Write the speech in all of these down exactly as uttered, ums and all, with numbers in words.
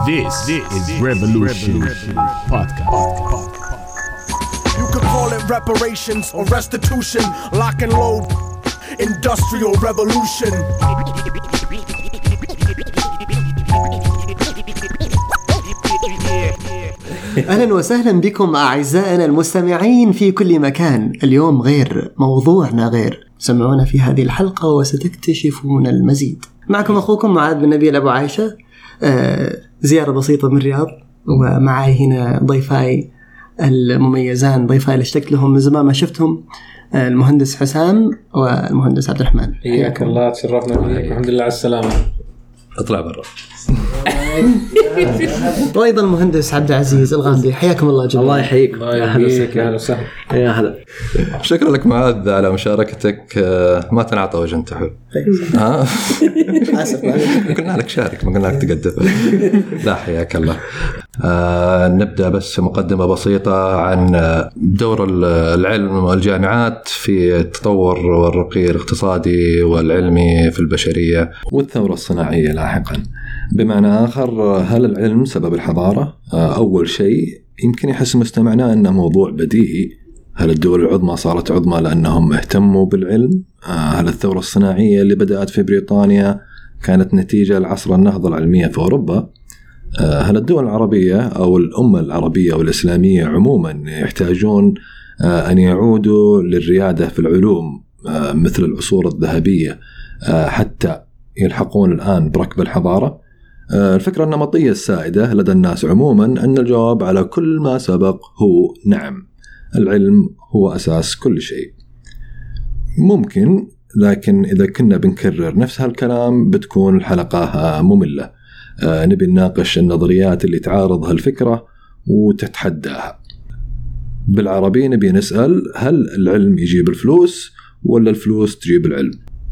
This, this is Revolution Podcast. You could call it reparations or restitution. Lock and load. Industrial revolution. أهلا وسهلا بكم أعزائنا المستمعين في كل مكان. اليوم غير، موضوعنا غير. سمعونا في هذه الحلقة وستكتشفون المزيد. معكم أخوكم معاذ بن نبيل أبو عائشة. آه زيارة بسيطة من الرياض، ومعي هنا ضيفاي المميزان، ضيفاي اللي اشتقت لهم من زمان ما شفتهم، آه المهندس حسام والمهندس عبد الرحمن. حياك الله، تشرفنا بك، الحمد لله على السلامة. اطلع برا. وايضا المهندس عبد العزيز الغامدي. حياكم الله جميعا. الله يحييك. يا هلا وسهلا. يا هلا. شكرا لك معاذ على مشاركتك. ما تنعطى وجه انت حلو. ها اسف قلنا لك شارك، ما قلنا لك تقدم. لا حياك الله. آه نبدا بس مقدمه بسيطه عن دور العلم والجامعات في التطور والرقي الاقتصادي والعلمي في البشريه والثوره الصناعيه لاحقا. بمعنى آخر، هل العلم سبب الحضارة؟ أول شيء يمكن يحس مستمعنا أنه موضوع بديهي. هل الدول العظمى صارت عظمى لأنهم اهتموا بالعلم؟ هل الثورة الصناعية اللي بدأت في بريطانيا كانت نتيجة لعصر النهضة العلمية في أوروبا؟ هل الدول العربية أو الأمة العربية والإسلامية عموما يحتاجون أن يعودوا للريادة في العلوم مثل العصور الذهبية حتى يلحقون الآن بركب الحضارة؟ الفكرة النمطية السائدة لدى الناس عموما أن الجواب على كل ما سبق هو نعم، العلم هو أساس كل شيء. ممكن، لكن إذا كنا بنكرر نفس هالكلام بتكون الحلقة مملة. نبي نناقش النظريات اللي تعارض هالفكرة وتتحداها. بالعربي نبي نسأل: هل العلم يجيب الفلوس ولا الفلوس تجيب العلم؟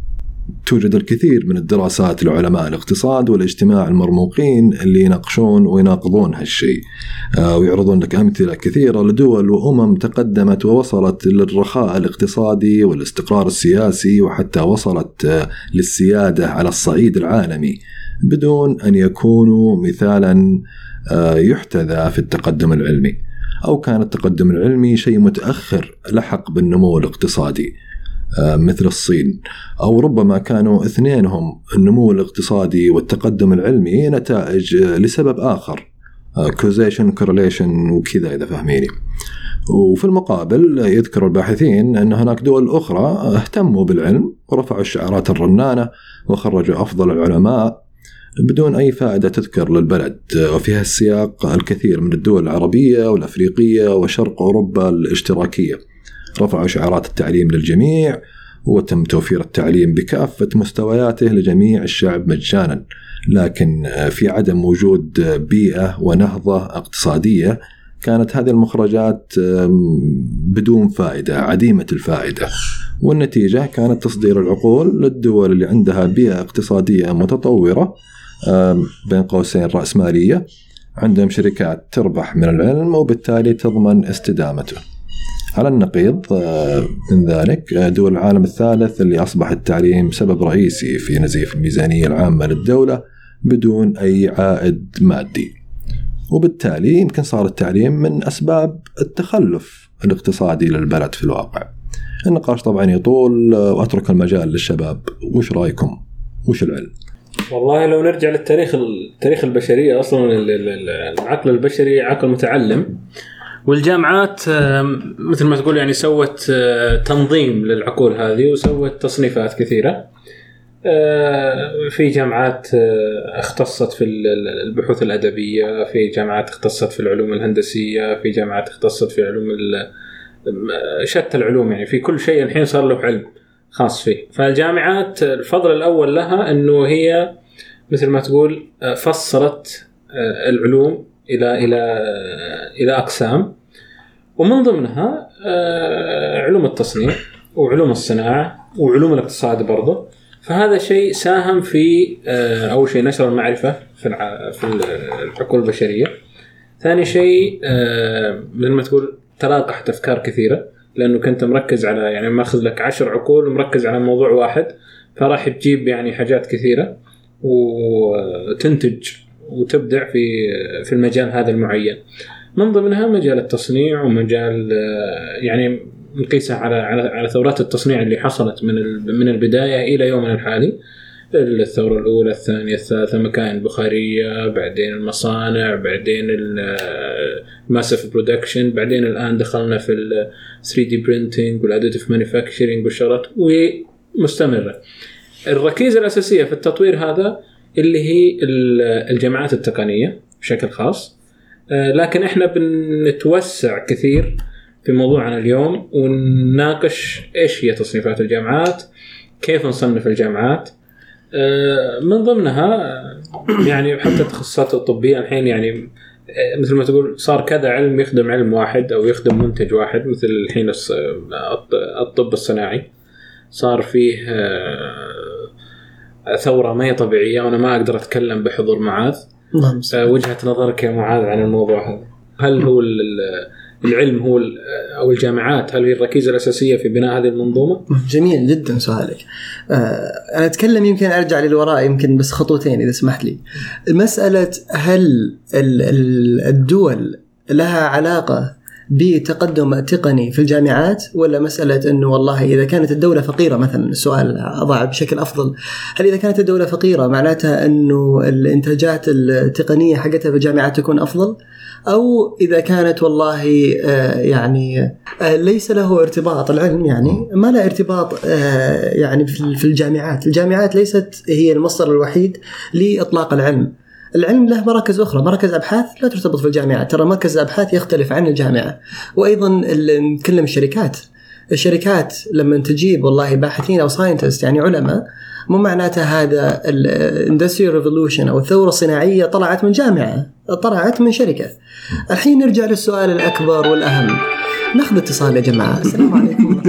توجد الكثير من الدراسات لعلماء الاقتصاد والاجتماع المرموقين اللي يناقشون ويناقضون هالشيء، ويعرضون لك أمثلة كثيرة لدول وأمم تقدمت ووصلت للرخاء الاقتصادي والاستقرار السياسي وحتى وصلت للسيادة على الصعيد العالمي بدون أن يكونوا مثالا يحتذى في التقدم العلمي، أو كان التقدم العلمي شيء متأخر لحق بالنمو الاقتصادي مثل الصين، أو ربما كانوا اثنينهم النمو الاقتصادي والتقدم العلمي نتائج لسبب آخر، causation correlation وكذا إذا فهميني. وفي المقابل يذكر الباحثين أن هناك دول أخرى اهتموا بالعلم ورفعوا الشعارات الرنانة وخرجوا أفضل العلماء بدون أي فائدة تذكر للبلد. وفي السياق الكثير من الدول العربية والأفريقية وشرق أوروبا الاشتراكية رفعوا شعارات التعليم للجميع، وتم توفير التعليم بكافة مستوياته لجميع الشعب مجانا، لكن في عدم وجود بيئة ونهضة اقتصادية كانت هذه المخرجات بدون فائدة، عديمة الفائدة، والنتيجة كانت تصدير العقول للدول اللي عندها بيئة اقتصادية متطورة بين قوسين رأسمالية، عندهم شركات تربح من العلم وبالتالي تضمن استدامته. على النقيض من ذلك دول العالم الثالث اللي أصبح التعليم سبب رئيسي في نزيف الميزانية العامة للدولة بدون أي عائد مادي، وبالتالي يمكن صار التعليم من أسباب التخلف الاقتصادي للبلد في الواقع. النقاش طبعا يطول وأترك المجال للشباب. وش رأيكم؟ وش العلم؟ والله لو نرجع للتاريخ التاريخ البشرية، أصلا العقل البشري عقل متعلم، والجامعات مثل ما تقول يعني سوت تنظيم للعقول هذه وسوت تصنيفات كثيرة. في جامعات اختصت في البحوث الأدبية، في جامعات اختصت في العلوم الهندسية، في جامعات اختصت في علوم شتى العلوم، يعني في كل شيء الحين صار له علم خاص فيه. فالجامعات الفضل الأول لها أنه هي مثل ما تقول فصلت العلوم إلى إلى إلى أقسام، ومن ضمنها علوم التصنيع وعلوم الصناعة وعلوم الاقتصاد برضه. فهذا شيء ساهم في أول شيء نشر المعرفة في في العقول البشرية. ثاني شيء لما تقول تلاقحت أفكار كثيرة، لأنه كنت مركز على يعني ماخذ لك عشر عقول مركز على موضوع واحد، فراح تجيب يعني حاجات كثيرة وتنتج وتبدع في في المجال هذا المعين. من ضمنها مجال التصنيع ومجال يعني نقيسها على على على ثورات التصنيع اللي حصلت من من البداية إلى يومنا الحالي. الثورة الأولى، الثانية، الثالثة، مكاين البخارية، بعدين المصانع، بعدين الماسف برودكشن، بعدين الآن دخلنا في ال ثري دي printing والاديتيف مانيفاكتشرينج والشغلات ومستمرة. الركيزة الأساسية في التطوير هذا اللي هي الجامعات التقنية بشكل خاص، لكن احنا بنتوسع كثير في موضوعنا اليوم ونناقش ايش هي تصنيفات الجامعات، كيف نصنف الجامعات، من ضمنها يعني حتى التخصصات الطبية الحين يعني مثل ما تقول صار كذا علم يخدم علم واحد أو يخدم منتج واحد. مثل الحين الطب الصناعي صار فيه ثورة ما هي طبيعية، وأنا ما أقدر أتكلم بحضور معاذ. وجهة نظرك يا معاذ عن الموضوع هذا؟ هل هو العلم هو أو الجامعات هل هي الركيزة الأساسية في بناء هذه المنظومة؟ جميل جدا سؤالك. آه أنا أتكلم يمكن أرجع للوراء يمكن بس خطوتين إذا سمحت لي. مسألة هل الدول لها علاقة بتقدم تقني في الجامعات، ولا مسألة أنه والله إذا كانت الدولة فقيرة مثلا، السؤال أضع بشكل أفضل، هل إذا كانت الدولة فقيرة معناتها أنه الإنتاجات التقنية حقتها في الجامعات تكون أفضل، أو إذا كانت والله يعني ليس له ارتباط العلم، يعني ما له ارتباط يعني في الجامعات. الجامعات ليست هي المصدر الوحيد لإطلاق العلم. العلم له مراكز أخرى، مراكز أبحاث لا ترتبط في الجامعات، ترى مركز الأبحاث يختلف عن الجامعة. وأيضا نتكلم الشركات الشركات لما تجيب والله باحثين أو ساينتست يعني علماء، مو معناتها هذا الاندستريال ريفولوشن أو الثورة الصناعية طلعت من جامعة، طلعت من شركة. الحين نرجع للسؤال الأكبر والأهم. ناخذ اتصال يا جماعة. السلام عليكم.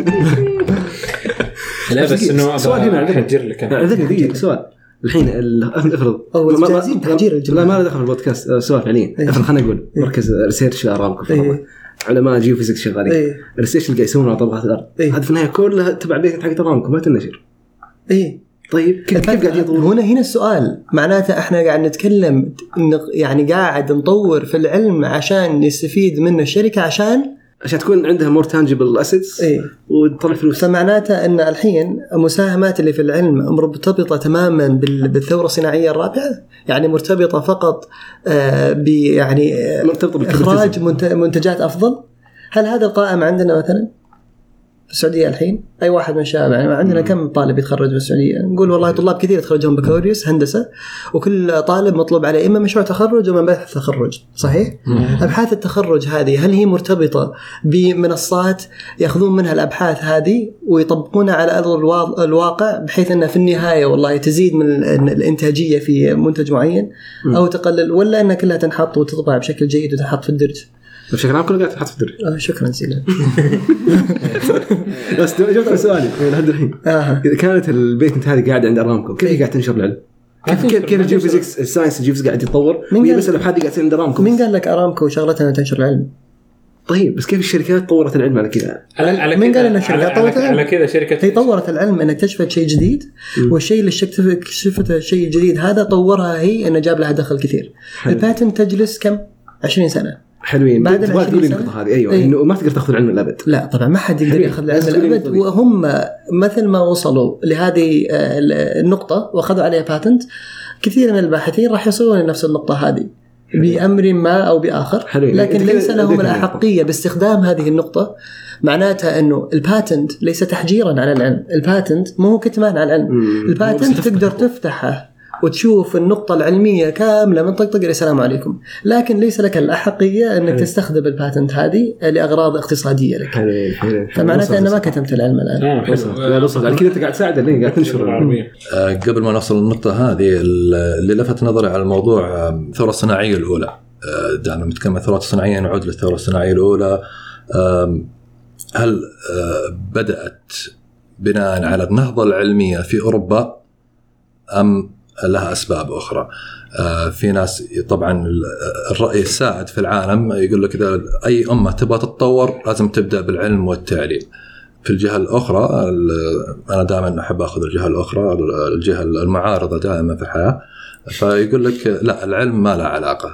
لا بس إنه سؤال هنا أحجر لك أنا دقيقة سؤال. الحين افرض أو جاهزين تحجير الجماعة ما دخل في البودكاست سؤال فعليا. افرض خلينا نقول مركز ريسيرش لأرامكو، علماء جيوفيزيكس شغالين، الريسيرش اللي قاعد يسوونه على طبقات الأرض هذا في النهاية كلها تبع بيت حق أرامكو ما تنشر. إيه طيب كيف قاعد يطور؟ هنا هنا السؤال معناته احنا قاعد نتكلم يعني قاعد نطور في العلم عشان يستفيد منه الشركة، عشان عشان تكون عندها more tangible assets إيه؟ وتطلع فلوس. فمعناته أن الحين مساهمات اللي في العلم مرتبطة تماما بالثورة الصناعية الرابعة، يعني مرتبطة فقط آه يعني مرتبطة إخراج منتجات أفضل. هل هذا القائم عندنا مثلا في السعودية الحين؟ أي واحد من الشباب يعني عندنا كم طالب يتخرج في السعودية؟ نقول والله طلاب كثير يتخرجون بكالوريوس هندسة، وكل طالب مطلوب عليه إما مشروع تخرج وما بحث تخرج، صحيح؟ أبحاث التخرج هذه هل هي مرتبطة بمنصات يأخذون منها الأبحاث هذه ويطبقونها على أرض الواقع بحيث أنها في النهاية والله تزيد من الإنتاجية في منتج معين أو تقلل، ولا أنها كلها تنحط وتطبع بشكل جيد وتنحط في الدرج؟ بشكل عام كله قاعد تحط في الدرج. آه شكرا جزيلا. بس جاوبت على سؤالي لحد الحين. آه. إذا كانت البيتنت هذه قاعدة عند أرامكو، كيف قاعد تنشر العلم؟ كيف كيف كيف الجيوفيزيكس الساينس الجيوفيزيكس قاعد يتطور؟ وهي بس الأبحاث قاعد تصير عند أرامكو. مين قال لك أرامكو شغلتها تنشر العلم؟ طيب بس كيف الشركات طورت العلم على كذا؟ من قال ان الشركات طورت العلم؟ على كذا شركه هي طورت العلم انها اكتشفت شيء جديد، والشيء اللي اكتشفته الشيء الجديد هذا طورها هي انه جاب لها دخل كثير. الباتنت تجلس كم عشرين سنة حلوين. بعد ما تقولي النقطة هذه أيوة إيه؟ إنه ما تقدر تأخذ العلم الأبد. لا طبعا ما حد يقدر يأخذ العلم الأبد، وهم مثل ما وصلوا لهذه النقطة وأخذوا عليها باتنت، كثير من الباحثين راح يصلون لنفس النقطة هذه بأمر ما أو بآخر، حلوين. لكن ليس لهم الأحقية باستخدام هذه النقطة. معناتها أنه الباتنت ليس تحجيرا على العلم، الباتنت مو كتمان على العلم. مم. الباتنت تقدر تفتحه وتشوف النقطة العلمية كاملة من طقطق إلى السلام عليكم، لكن ليس لك الأحقية أنك تستخدم الباتنت هذه لأغراض اقتصادية لك. حلو حلو. فمعناته أنه ما كتمت العلم الآن. آه لا وصل. على كذا أنت قاعد تساعد اللي قاعد تنشر العربية. آه قبل ما نوصل للنقطة هذه اللي لفت نظري على الموضوع الثورة الصناعية الأولى. آه دعنا نتكلم عن الثورة الصناعية، نعود للثورة الصناعية الأولى. آه هل آه بدأت بناء على النهضة العلمية في أوروبا أم لها أسباب أخرى؟ آه في ناس طبعا الرأي السائد في العالم يقول لك إذا أي أمة تبغى تتطور لازم تبدأ بالعلم والتعليم. في الجهة الأخرى أنا دائما أحب أخذ الجهة الأخرى، الجهة المعارضة دائما في الحياة، فيقول لك لا العلم ما له علاقة،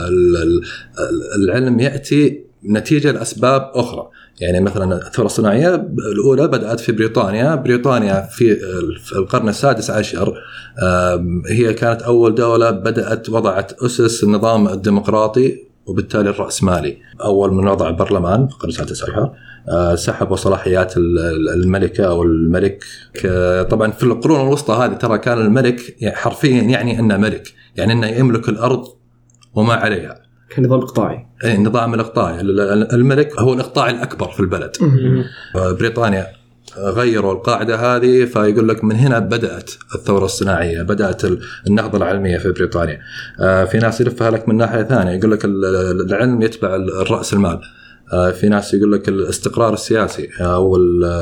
العلم يأتي نتيجة لأسباب أخرى. يعني مثلا الثورة الصناعية الأولى بدأت في بريطانيا، بريطانيا في القرن السادس عشر هي كانت أول دولة بدأت وضعت أسس النظام الديمقراطي وبالتالي الرأسمالي. أول من وضع برلمان في القرن السادس عشر سحبوا صلاحيات الملكة أو الملك. طبعا في القرون الوسطى هذه ترى كان الملك حرفيا يعني أنه ملك، يعني أنه يملك الأرض وما عليها، كان نظام إقطاعي. إيه نظام الإقطاعي، الملك هو الإقطاع الأكبر في البلد. بريطانيا غيروا القاعدة هذه، فيقول لك من هنا بدأت الثورة الصناعية، بدأت النهضة العلمية في بريطانيا. في ناس يلفها لك من ناحية ثانية، يقول لك العلم يتبع الرأس المال، في ناس يقول لك الاستقرار السياسي أو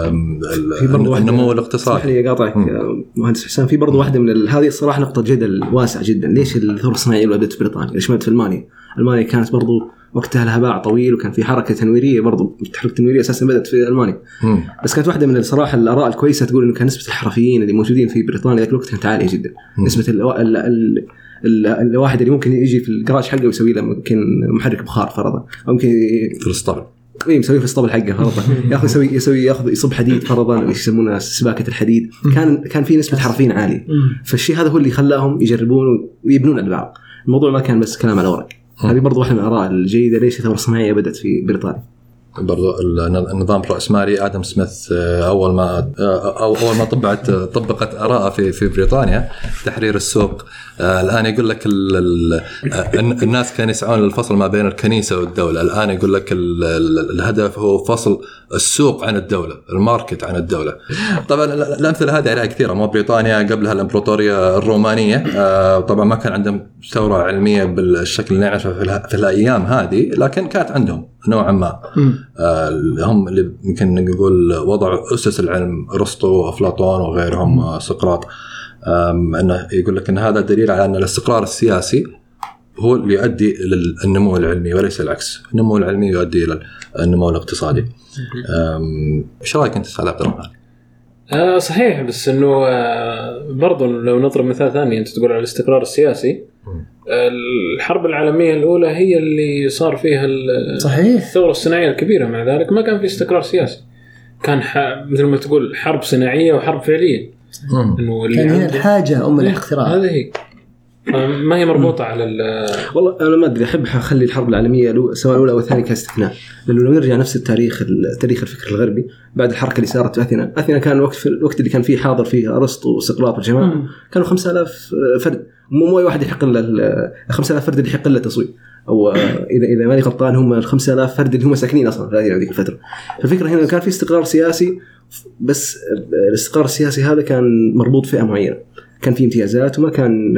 النمو الاقتصادي. اسمح لي قاطعك مهندس حسام، في برضو واحدة من هذه الصراحة نقطة جدل واسعة جدا. ليش الثورة الصناعية بدأت في بريطانيا؟ ليش ما بدأت في ألمانيا؟ ألمانيا كانت برضو وقتها لها باع طويل، وكان في حركة تنويرية برضو، الحركة التنويرية أساسا بدأت في ألمانيا. مم. بس كانت واحدة من الصراحة الآراء الكويسة تقول إنه كان نسبة الحرفيين اللي موجودين في بريطانيا ذاك الوقت كانت عالية جدا. مم. نسبة ال ال ال ال الواحد اللي ممكن يجي في الجراج حقه ويسوي له ممكن محرك بخار فرضا، أو ممكن في الاسطبل اي مسوي في الاسطبل حقه فرضا ياخذ يسوي يسوي ياخذ يصب حديد فرضا، اللي يسمونها سباكه الحديد. كان كان في نسبه حرفيين عاليه، فالشيء هذا هو اللي خلاهم يجربون ويبنون البعض. الموضوع ما كان بس كلام على ورق. هذه برضو واحدة من الآراء الجيدة ليش الثورة الصناعية بدأت في بريطانيا. برضو النظام الرأسمالي آدم سميث أول ما أول ما طبعت طبقت آراءه في في بريطانيا تحرير السوق. الآن يقول لك ال ال الناس كانوا يسعون للفصل ما بين الكنيسة والدولة، الآن يقول لك ال ال الهدف هو فصل السوق عن الدولة، الماركت عن الدولة. طبعا الأمثلة هذه عليها كثيرة. مو بريطانيا قبلها الإمبراطورية الرومانية، طبعا ما كان عندهم ثورة علمية بالشكل اللي نعرفه في, في الأيام هذه، لكن كانت عندهم نوعا ما. هم اللي يمكن نقول وضعوا أسس العلم، أرسطو وأفلاطون وغيرهم، سقراط. أنه يقول لك أن هذا دليل على أن الاستقرار السياسي هو اللي يؤدي للنمو العلمي وليس العكس. النمو العلمي يؤدي إلى النمو الاقتصادي. إيش رأيك أنت سعد عبد الرحمن؟ آه صحيح، بس إنه آه برضو لو نضرب مثال ثاني، أنت تقول على الاستقرار السياسي. الحرب العالمية الأولى هي اللي صار فيها صحيح الثورة الصناعية الكبيرة، مع ذلك ما كان في استقرار سياسي، كان مثل ما تقول حرب صناعية وحرب فعلية. إنه كان هي الحاجة أم الاختراع، هذه هي ما هي مربوطة على والله أنا ما أدري، أحب أخلي الحرب العالمية سواء الأولى أو الثانية كاستثناء، لأنه لو نرجع نفس التاريخ التاريخ الفكر الغربي بعد الحركة اللي صارت في أثينا. أثينا كان الوقت في الوقت اللي كان فيه حاضر فيه أرسطو وسقراط والجماعة، كانوا خمسة آلاف فرد، مو أي واحد يحق له خمسة آلاف فرد اللي يحق له تصويت، أو إذا إذا ماني غلطان هم الخمسة آلاف فرد اللي هم ساكنين أصلا في هذه الفترة. فالفكرة هنا كان في استقرار سياسي، بس الاستقرار السياسي هذا كان مربوط فئة معينة، كان في امتيازات وما كان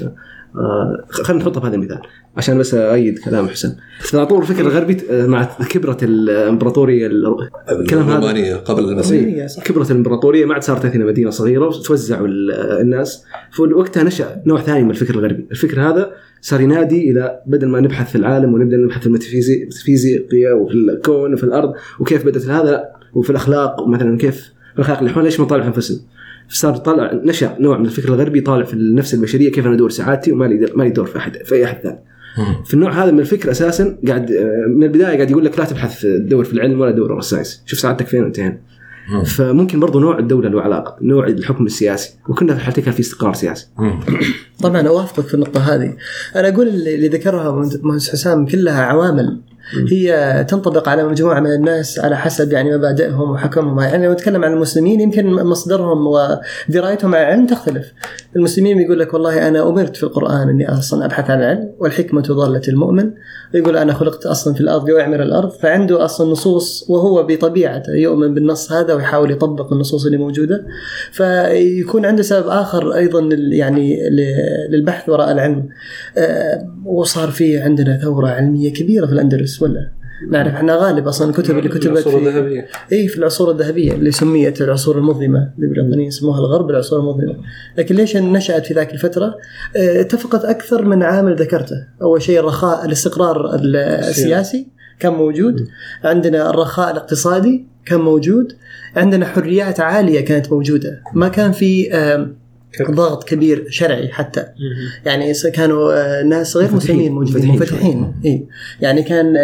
آه خلينا نحطها بهذا المثال عشان بس أؤيد كلام حسن. على طول الفكر الغربي مع كبرة الإمبراطورية الكلام هذا قبل المسيح، كبرة الإمبراطورية ما عاد صارت أثينا مدينة صغيرة وتوزعوا الناس. فوقتها نشأ نوع ثاني من الفكر الغربي. الفكر هذا صار ينادي إلى بدل ما نبحث في العالم ونبدأ نبحث في الميتافيزيقيا وفي الكون وفي الأرض وكيف بدأت هذا، وفي الأخلاق مثلا كيف في الأخلاق اللي حولنا ليش ما نطالع أنفسنا. فصار طالع نشأ نوع من الفكر الغربي طالع في النفس البشرية، كيف أنا أدور سعادتي وما لي ما لي دور في أحد في أي أحد ثاني. في النوع هذا من الفكر أساسا قاعد من البداية قاعد يقول لك لا تبحث تدور في العلم ولا تدور في الساينس، شوف سعادتك فين أنت هنا. فممكن برضو نوع الدولة له علاقة، نوع الحكم السياسي، وكنا في الحالتين كان في استقرار سياسي. طبعا أوافقك في النقطة هذه. أنا أقول اللي ذكرها مهندس حسام كلها عوامل هي تنطبق على مجموعة من الناس على حسب يعني مبادئهم وحكمهم. يعني لو نتكلم عن المسلمين يمكن مصدرهم ودرايتهم على العلم تختلف. المسلمين يقول لك والله أنا أمرت في القرآن أني أصلا أبحث عن العلم، والحكمة ضالة المؤمن. يقول أنا خلقت أصلا في الأرض وأعمر الأرض، فعنده أصلا نصوص وهو بطبيعته يؤمن بالنص هذا ويحاول يطبق النصوص اللي موجودة. فيكون عنده سبب آخر أيضا يعني للبحث وراء العلم. وصار فيه عندنا ثورة علمية كبيرة في الأندلس، ولا نعرف احنا غالب اصلا الكتب اللي كتبت في اي في العصور الذهبيه اللي سميت العصور المظلمه، البريطانيين يسموها الغرب العصور المظلمه. لكن ليش نشأت في ذاك الفتره؟ اتفقت اكثر من عامل ذكرته. اول شيء الرخاء، الاستقرار السياسي كان موجود عندنا، الرخاء الاقتصادي كان موجود، عندنا حريات عالية كانت موجودة، ما كان في ضغط كبير شرعي حتى. يعني كانوا ناس غير مسلمين موجودين منفتحين. إيه يعني كان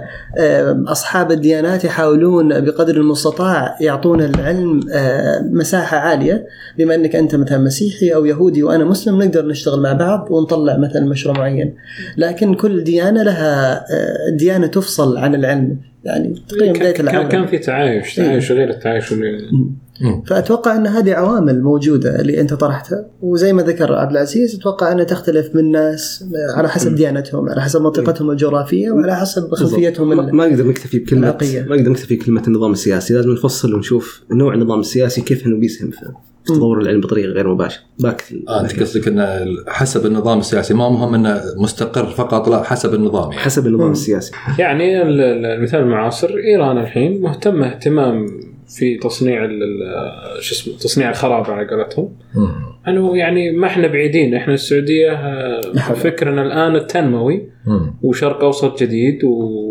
أصحاب الديانات يحاولون بقدر المستطاع يعطون العلم مساحة عالية، بما أنك أنت مثلا مسيحي أو يهودي وأنا مسلم نقدر نشتغل مع بعض ونطلع مثلا مشروع معين. لكن كل ديانة لها ديانة تفصل عن العلم، يعني تقيم بداية العالم كان في تعايش تعايش غير التعايش اللي... فأتوقع أن هذه عوامل موجودة اللي أنت طرحتها، وزي ما ذكر عبد العزيز أتوقع أنها تختلف من الناس على حسب ديانتهم، على حسب منطقتهم الجغرافية، وعلى حسب خلفيتهم. ما, ما نقدر نكتفي بكلمة ما نقدر نكتفي بكلمة النظام السياسي، لازم نفصل ونشوف نوع النظام السياسي كيف إنه بيسهم في تطور العلم بطريقة غير مباشرة. باك آه أنت قصدك إنه حسب النظام السياسي، ما مهم إنه مستقر فقط، لا حسب النظام يعني. حسب النظام السياسي. يعني المثال المعاصر إيران الحين مهتمة اهتمام في تصنيع شو اسمه تصنيع الخرابة على قولتهم. أنه يعني ما إحنا بعيدين، إحنا السعودية فكرنا الآن التنموي وشرق أوسط جديد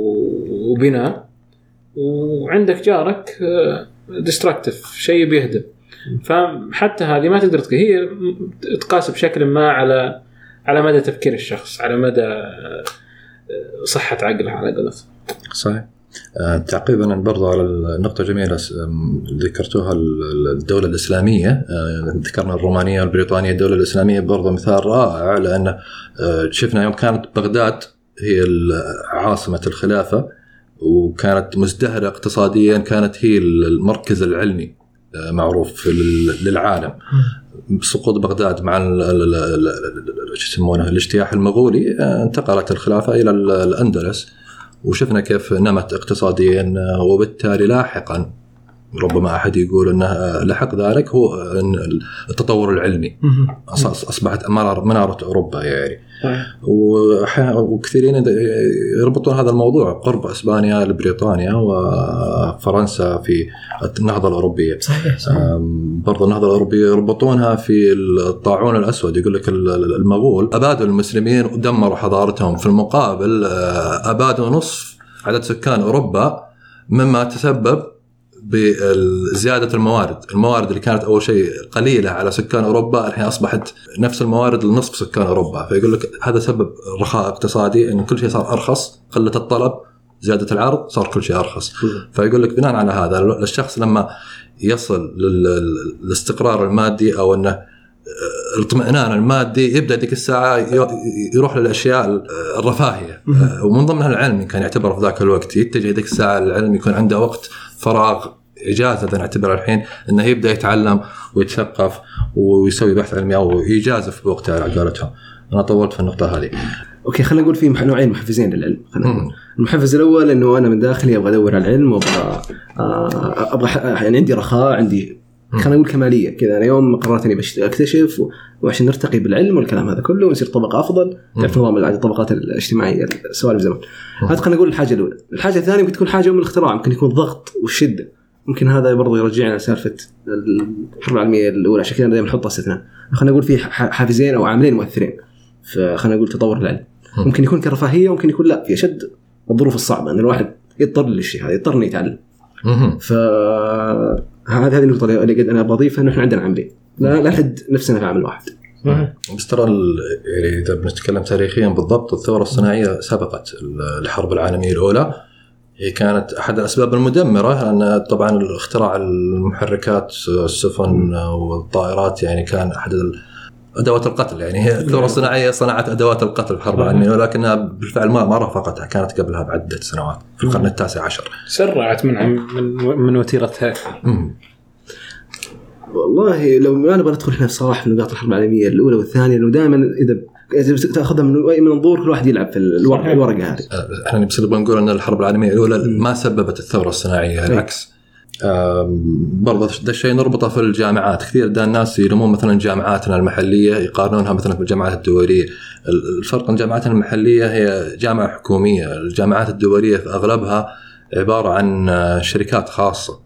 وبناء، وعندك جارك ديستراكتيف شيء بيهدم. فحتى هذه ما تقدر تقول هي تقاس بشكل ما على على مدى تفكير الشخص، على مدى صحة عقله على قولتهم. صحيح. تعقيبا برضو على النقطة جميلة ذكرتوها الدولة الإسلامية، ذكرنا الرومانية والبريطانية. الدولة الإسلامية برضو مثال رائع، لأن شفنا يوم كانت بغداد هي عاصمة الخلافة وكانت مزدهرة اقتصاديا، كانت هي المركز العلمي معروف للعالم. سقوط بغداد مع شو يسمونه الاجتياح المغولي انتقلت الخلافة إلى الأندلس، وشفنا كيف نمت اقتصاديا، وبالتالي لاحقا ربما أحد يقول أنه لحق ذلك هو التطور العلمي، أصبحت منارة أوروبا يعني. وكثيرين يربطون هذا الموضوع قرب إسبانيا لبريطانيا وفرنسا في النهضة الأوروبية. صحيح صحيح. برضو النهضة الأوروبية يربطونها في الطاعون الأسود، يقول لك المغول أبادوا المسلمين ودمروا حضارتهم، في المقابل أبادوا نصف عدد سكان أوروبا، مما تسبب بزيادة الموارد. الموارد اللي كانت أول شيء قليلة على سكان أوروبا الحين أصبحت نفس الموارد لنصف سكان أوروبا. فيقول لك هذا سبب رخاء اقتصادي، إن كل شيء صار أرخص، قلة الطلب زيادة العرض صار كل شيء أرخص. فيقول لك بناء على هذا الشخص لما يصل للاستقرار المادي أو أنه الاطمئنان المادي، يبدأ ديك الساعة يروح للأشياء الرفاهية، ومن ضمنها العلم كان يعتبر في ذاك الوقت. يتجه ديك الساعة العلم، يكون عنده وقت فراغ إجازة نعتبر الحين أنه يبدأ يتعلم ويتثقف ويسوي بحث علمي أو يجازف بوقتها على قولتهم. أنا طولت في النقطة هذه. أوكي، خلينا نقول في نوعين محفزين للعلم. المحفز الأول إنه أنا من داخلي أبغى أدور على العلم، وأبغى أبغى يعني عندي رخاء، عندي خلينا نقول كمالية كذا. أنا يوم قررت إني أكتشف وعشان نرتقي بالعلم والكلام هذا كله ونصير طبقة أفضل، تعرف نظام الطبقات الاجتماعية سوالف زمان. هذا خلينا نقول الحاجة الأولى. الحاجة الثانية ممكن تكون حاجة من الاختراع، ممكن يكون ضغط والشدة. ممكن هذا برضو يرجعنا لسالفة الحرب العالمية الأولى، عشان كذا دائما نحطها استثناء. خلينا نقول في حافزين أو عاملين مؤثرين، فخلينا نقول تطور العلم. ممكن يكون كرفاهية، وممكن يكون لا، في أشد الظروف الصعبة أن الواحد يضطر للشيء هذا، يضطر إنه يتعلم. فهذه هذه النقطة اللي قد أنا بضيفها، إنه إحنا عندنا عملين، لا لا نحد نفسنا في عمل واحد. بس ترى يعني إذا بنتكلم تاريخيا بالضبط، الثورة الصناعية سبقت الحرب العالمية الأولى. هي كانت أحد الأسباب المدمرة، لأن طبعا اختراع المحركات السفن والطائرات يعني كان أحد أدوات القتل. يعني هي الثورة الصناعية صنعت أدوات القتل في الحرب العالمية، ولكنها بالفعل ما ما رافقتها، كانت قبلها بعدة سنوات في القرن التاسع عشر. سرعت من من من وتيرتها. والله لو أنا بدخل هنا بصراحة في نقاط الحرب العالمية الأولى والثانية، إنه دائما إذا إذا تأخذها من منظور كل واحد يلعب في الورقة الورقة هذه. إحنا بس نقول أن الحرب العالمية الأولى ما سببت الثورة الصناعية، العكس. برضه ده الشيء نربطه في الجامعات. كثير ده الناس يلومون مثلا جامعاتنا المحلية، يقارنونها مثلا بالجامعات الدولية. الفرق الجامعاتنا المحلية هي جامعة حكومية، الجامعات الدولية في أغلبها عبارة عن شركات خاصة،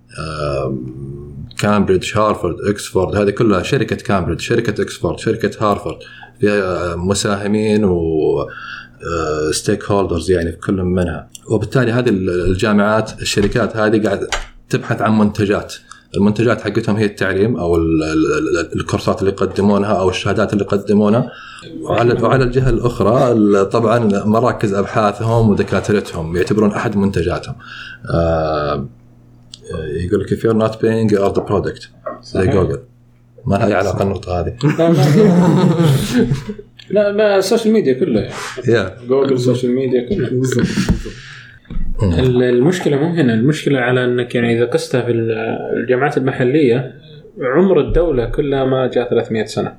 كامبريدج، هارفارد، إكسفورد، هذه كلها شركة كامبريدج، شركة إكسفورد، شركة هارفارد، فيها مساهمين ستيك هولدرز يعني في كل منها. وبالتالي هذه الجامعات الشركات هذه قاعد تبحث عن منتجات، المنتجات حقتهم هي التعليم أو الكورسات اللي يقدمونها أو الشهادات اللي يقدمونها. وعلى وعلى الجهة الأخرى طبعا مراكز أبحاثهم ودكاترتهم يعتبرون أحد منتجاتهم. آه يقول لك if you're not paying you are the product زي جوجل. ما لها علاقة النقطة هذه. لا ما السوشيال ميديا كلها يعني جوجل السوشيال ميديا كلها. المشكلة مو هنا، المشكلة على أنك يعني إذا قستها في الجامعات المحلية عمر الدولة كلها ما جاء ثلاثمائة سنة.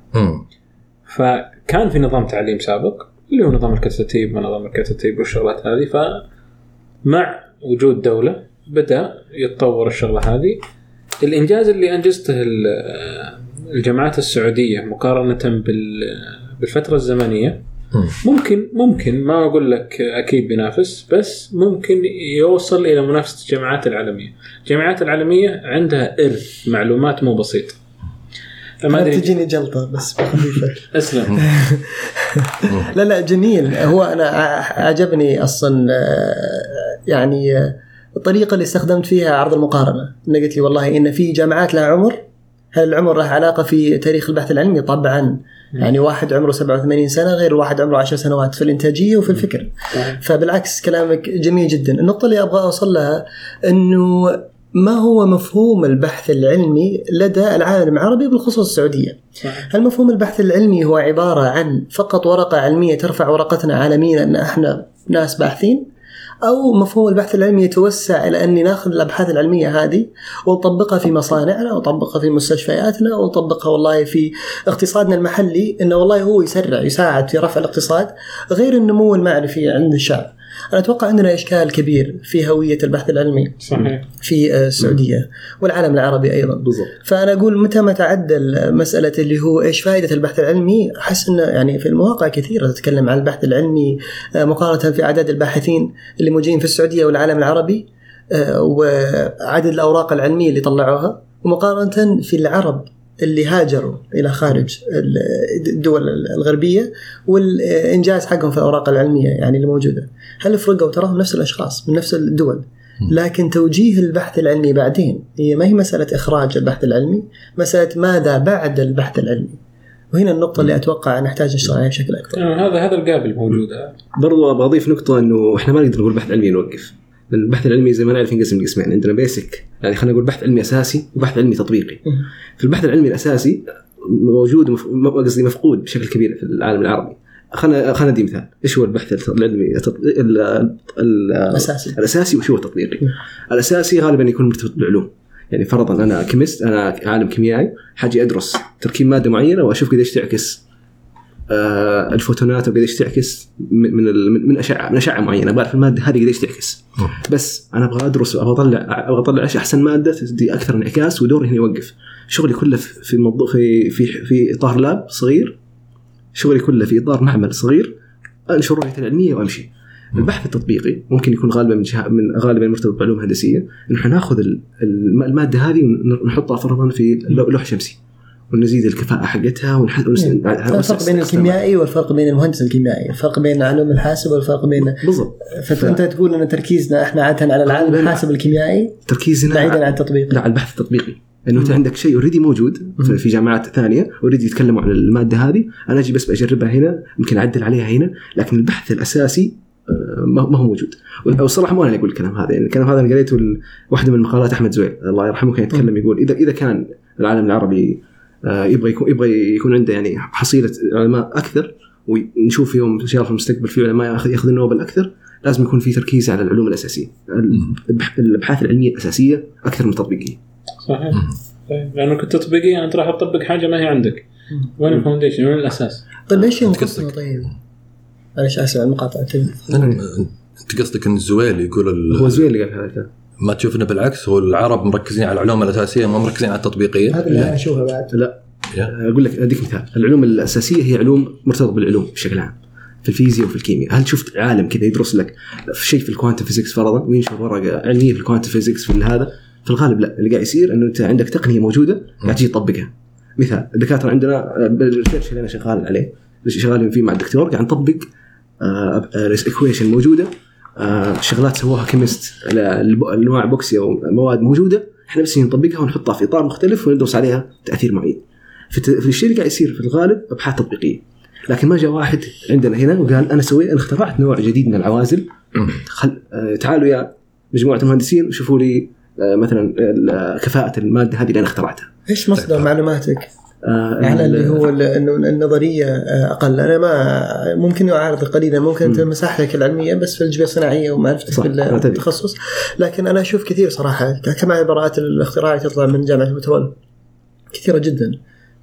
فكان في نظام تعليم سابق اللي هو نظام الكتاتيب ونظام الكتاتيب والشغلات هذه، فمع وجود دولة بدأ يتطور الشغلة هذه. الإنجاز اللي أنجزته الجامعات السعودية مقارنة بالفترة الزمنية ممكن ممكن ما أقول لك أكيد بينافس، بس ممكن يوصل إلى منافسة الجامعات العالمية. الجامعات العالمية عندها إرث معلومات مو بسيط. ما تجيني جلطة بس بخفيفة. أسلم. لا لا جميل. هو أنا عجبني أصلا يعني الطريقة اللي استخدمت فيها عرض المقارنة. أنا قلت لي والله إن في جامعات لها عمر، هل العمر له علاقة في تاريخ البحث العلمي؟ طبعا. يعني واحد عمره سبعة وثمانين سنة غير واحد عمره عشر سنوات في الإنتاجية وفي الفكر. فبالعكس كلامك جميل جدا. النقطة اللي أبغى أوصل لها أنه ما هو مفهوم البحث العلمي لدى العالم العربي بالخصوص السعودية. هل مفهوم البحث العلمي هو عبارة عن فقط ورقة علمية ترفع ورقتنا عالميا أن احنا ناس باحثين، أو مفهوم البحث العلمي يتوسع إلى أن نأخذ الأبحاث العلمية هذه ونطبقها في مصانعنا ونطبقها في مستشفياتنا ونطبقها والله في اقتصادنا المحلي، إنه والله هو يسرع يساعد في رفع الاقتصاد غير النمو المعرفي عند الشعب. أنا أتوقع عندنا إشكال كبير في هوية البحث العلمي صحيح. في السعودية والعالم العربي أيضا بالضبط. فأنا أقول متى ما تعدل مسألة اللي هو إيش فائدة البحث العلمي، أحس إنه يعني في المواقع كثيرة تتكلم عن البحث العلمي مقارنة في أعداد الباحثين اللي موجودين في السعودية والعالم العربي وعدد الأوراق العلمية اللي طلعوها، ومقارنة في العرب اللي هاجروا إلى خارج الدول الغربية والإنجاز حقهم في الأوراق العلمية يعني اللي موجودة. هل فرقوا؟ تراهم نفس الأشخاص من نفس الدول، لكن توجيه البحث العلمي بعدين هي ما هي مسألة إخراج البحث العلمي، مسألة ماذا بعد البحث العلمي. وهنا النقطة اللي أتوقع نحتاج نشتغل عليها بشكل أكبر. هذا هذا القابل موجود. برضو بضيف نقطة إنه إحنا ما نقدر نقول البحث العلمي نوقف. البحث العلمي زي ما نعرف ينقسم قسمين، عندنا بيسك يعني خلينا نقول بحث علمي أساسي وبحث علمي تطبيقي. في البحث العلمي الأساسي موجود مف... قصدي مفقود بشكل كبير في العالم العربي. خلنا خلنا دي مثال. إيش هو البحث العلمي التطبيق ال... ال... الأساسي الأساسي وشو هو التطبيقي؟ الأساسي غالبا يكون مرتبط بالعلوم. يعني فرضا أنا كيمست، أنا عالم كيميائي، حاجي أدرس تركيب مادة معينة وأشوف قديش تعكس آه الفوتونات وقديش تعكس من من من أشعة من أشعة معينة، بعرف المادة هذه قديش تعكس. بس أنا أبغى أدرس وأبغى أطلع أبغى أطلع إيش أحسن مادة تدي أكثر انعكاس، ودوري هنا يوقف. شغلي كله في موضوع في في في إطار لاب صغير، شغلي كله في إطار معمل صغير، أنشر رؤيتي العلمية وأمشي. البحث التطبيقي ممكن يكون غالبا من من غالبا مرتبط بعلوم هندسية، إنه إحنا نأخذ المادة هذه ونحطها فرضا في لوح شمسي ونزيد الكفاءة حقتها ونحط. الفرق بين الكيميائي والفرق بين المهندس الكيميائي، الفرق بين علوم الحاسب والفرق بين بالضبط. فأنت ف... تقول أن تركيزنا إحنا عادة على العالم الحاسب الكيميائي، تركيزنا بعيدا عن التطبيق. لا، على البحث التطبيقي، إنه أنت عندك شيء أوريدي موجود مم. في جامعات ثانية أوريدي يتكلموا عن المادة هذه، أنا أجي بس بجربها هنا، ممكن أعدل عليها هنا، لكن البحث الأساسي ما هو موجود. والصراحة ما أنا أقول الكلام هذا، يعني الكلام هذا أنا قريته واحدة من مقالات أحمد زويل الله يرحمه، كان يتكلم يقول إذا إذا كان العالم العربي يبغى يكون يبغى يكون عنده يعني حصيلة علماء أكثر، ونشوف يوم إن شاء الله في المستقبل في علماء يأخذ النوبل أكثر، لازم يكون في تركيز على العلوم الأساسية، الأبحاث العلمية الأساسية أكثر من التطبيقية. صحيح. لأنه كنت تطبيقية أنت راح تطبق حاجة ما هي عندك، وين الفاونديشن وين الأساس؟ طيب ليش ينقصنا؟ طيب معلش آسف على المقاطعة. أنت قصدك إن الزويل يقول هو زويل اللي قال هذا؟ ما تشوفنا بالعكس، هو العرب مركزين على العلوم الأساسية ما مركزين على التطبيقية. هذا اللي أنا أشوفه بعد. لا أقول لك أديك مثال، العلوم الأساسية هي علوم مرتبطة بالعلوم بشكل عام في الفيزياء وفي الكيمياء. هل شفت عالم كذا يدرس لك في شيء في الكوانتم فيزيكس فرضا وينشر ورقة علمية في الكوانتم فيزيكس في هذا؟ في الغالب لا. اللي قاعد يصير إنه أنت عندك تقنية موجودة قاعد تجي تطبقها. مثال الدكاترة عندنا بالريسيرش اللي أنا شغال عليه شغالين فيه مع الدكتور قاعد نطبق ايكويشن موجوده، آه شغلات سووها كيمست على انواع بوكسي او مواد موجوده، احنا بس نطبقها ونحطها في اطار مختلف وندرس عليها تاثير معين. في الشيء اللي قاعد يصير في الغالب ابحاث تطبيقيه، لكن ما جاء واحد عندنا هنا وقال انا سويت انا اخترعت نوع جديد من العوازل، خل... آه تعالوا يا مجموعه المهندسين وشوفوا لي آه مثلا كفاءه الماده هذه اللي انا اخترعتها. ايش مصدر معلوماتك آه على اللي هو انه النظريه اقل؟ انا ما ممكن اعارض قليلا، ممكن انت مساحتك العلميه بس في الجبال الصناعيه ومعرفتك بالتخصص، لكن انا اشوف كثير صراحه كما براءات الاختراع تطلع من جامعه البترول كثيره جدا،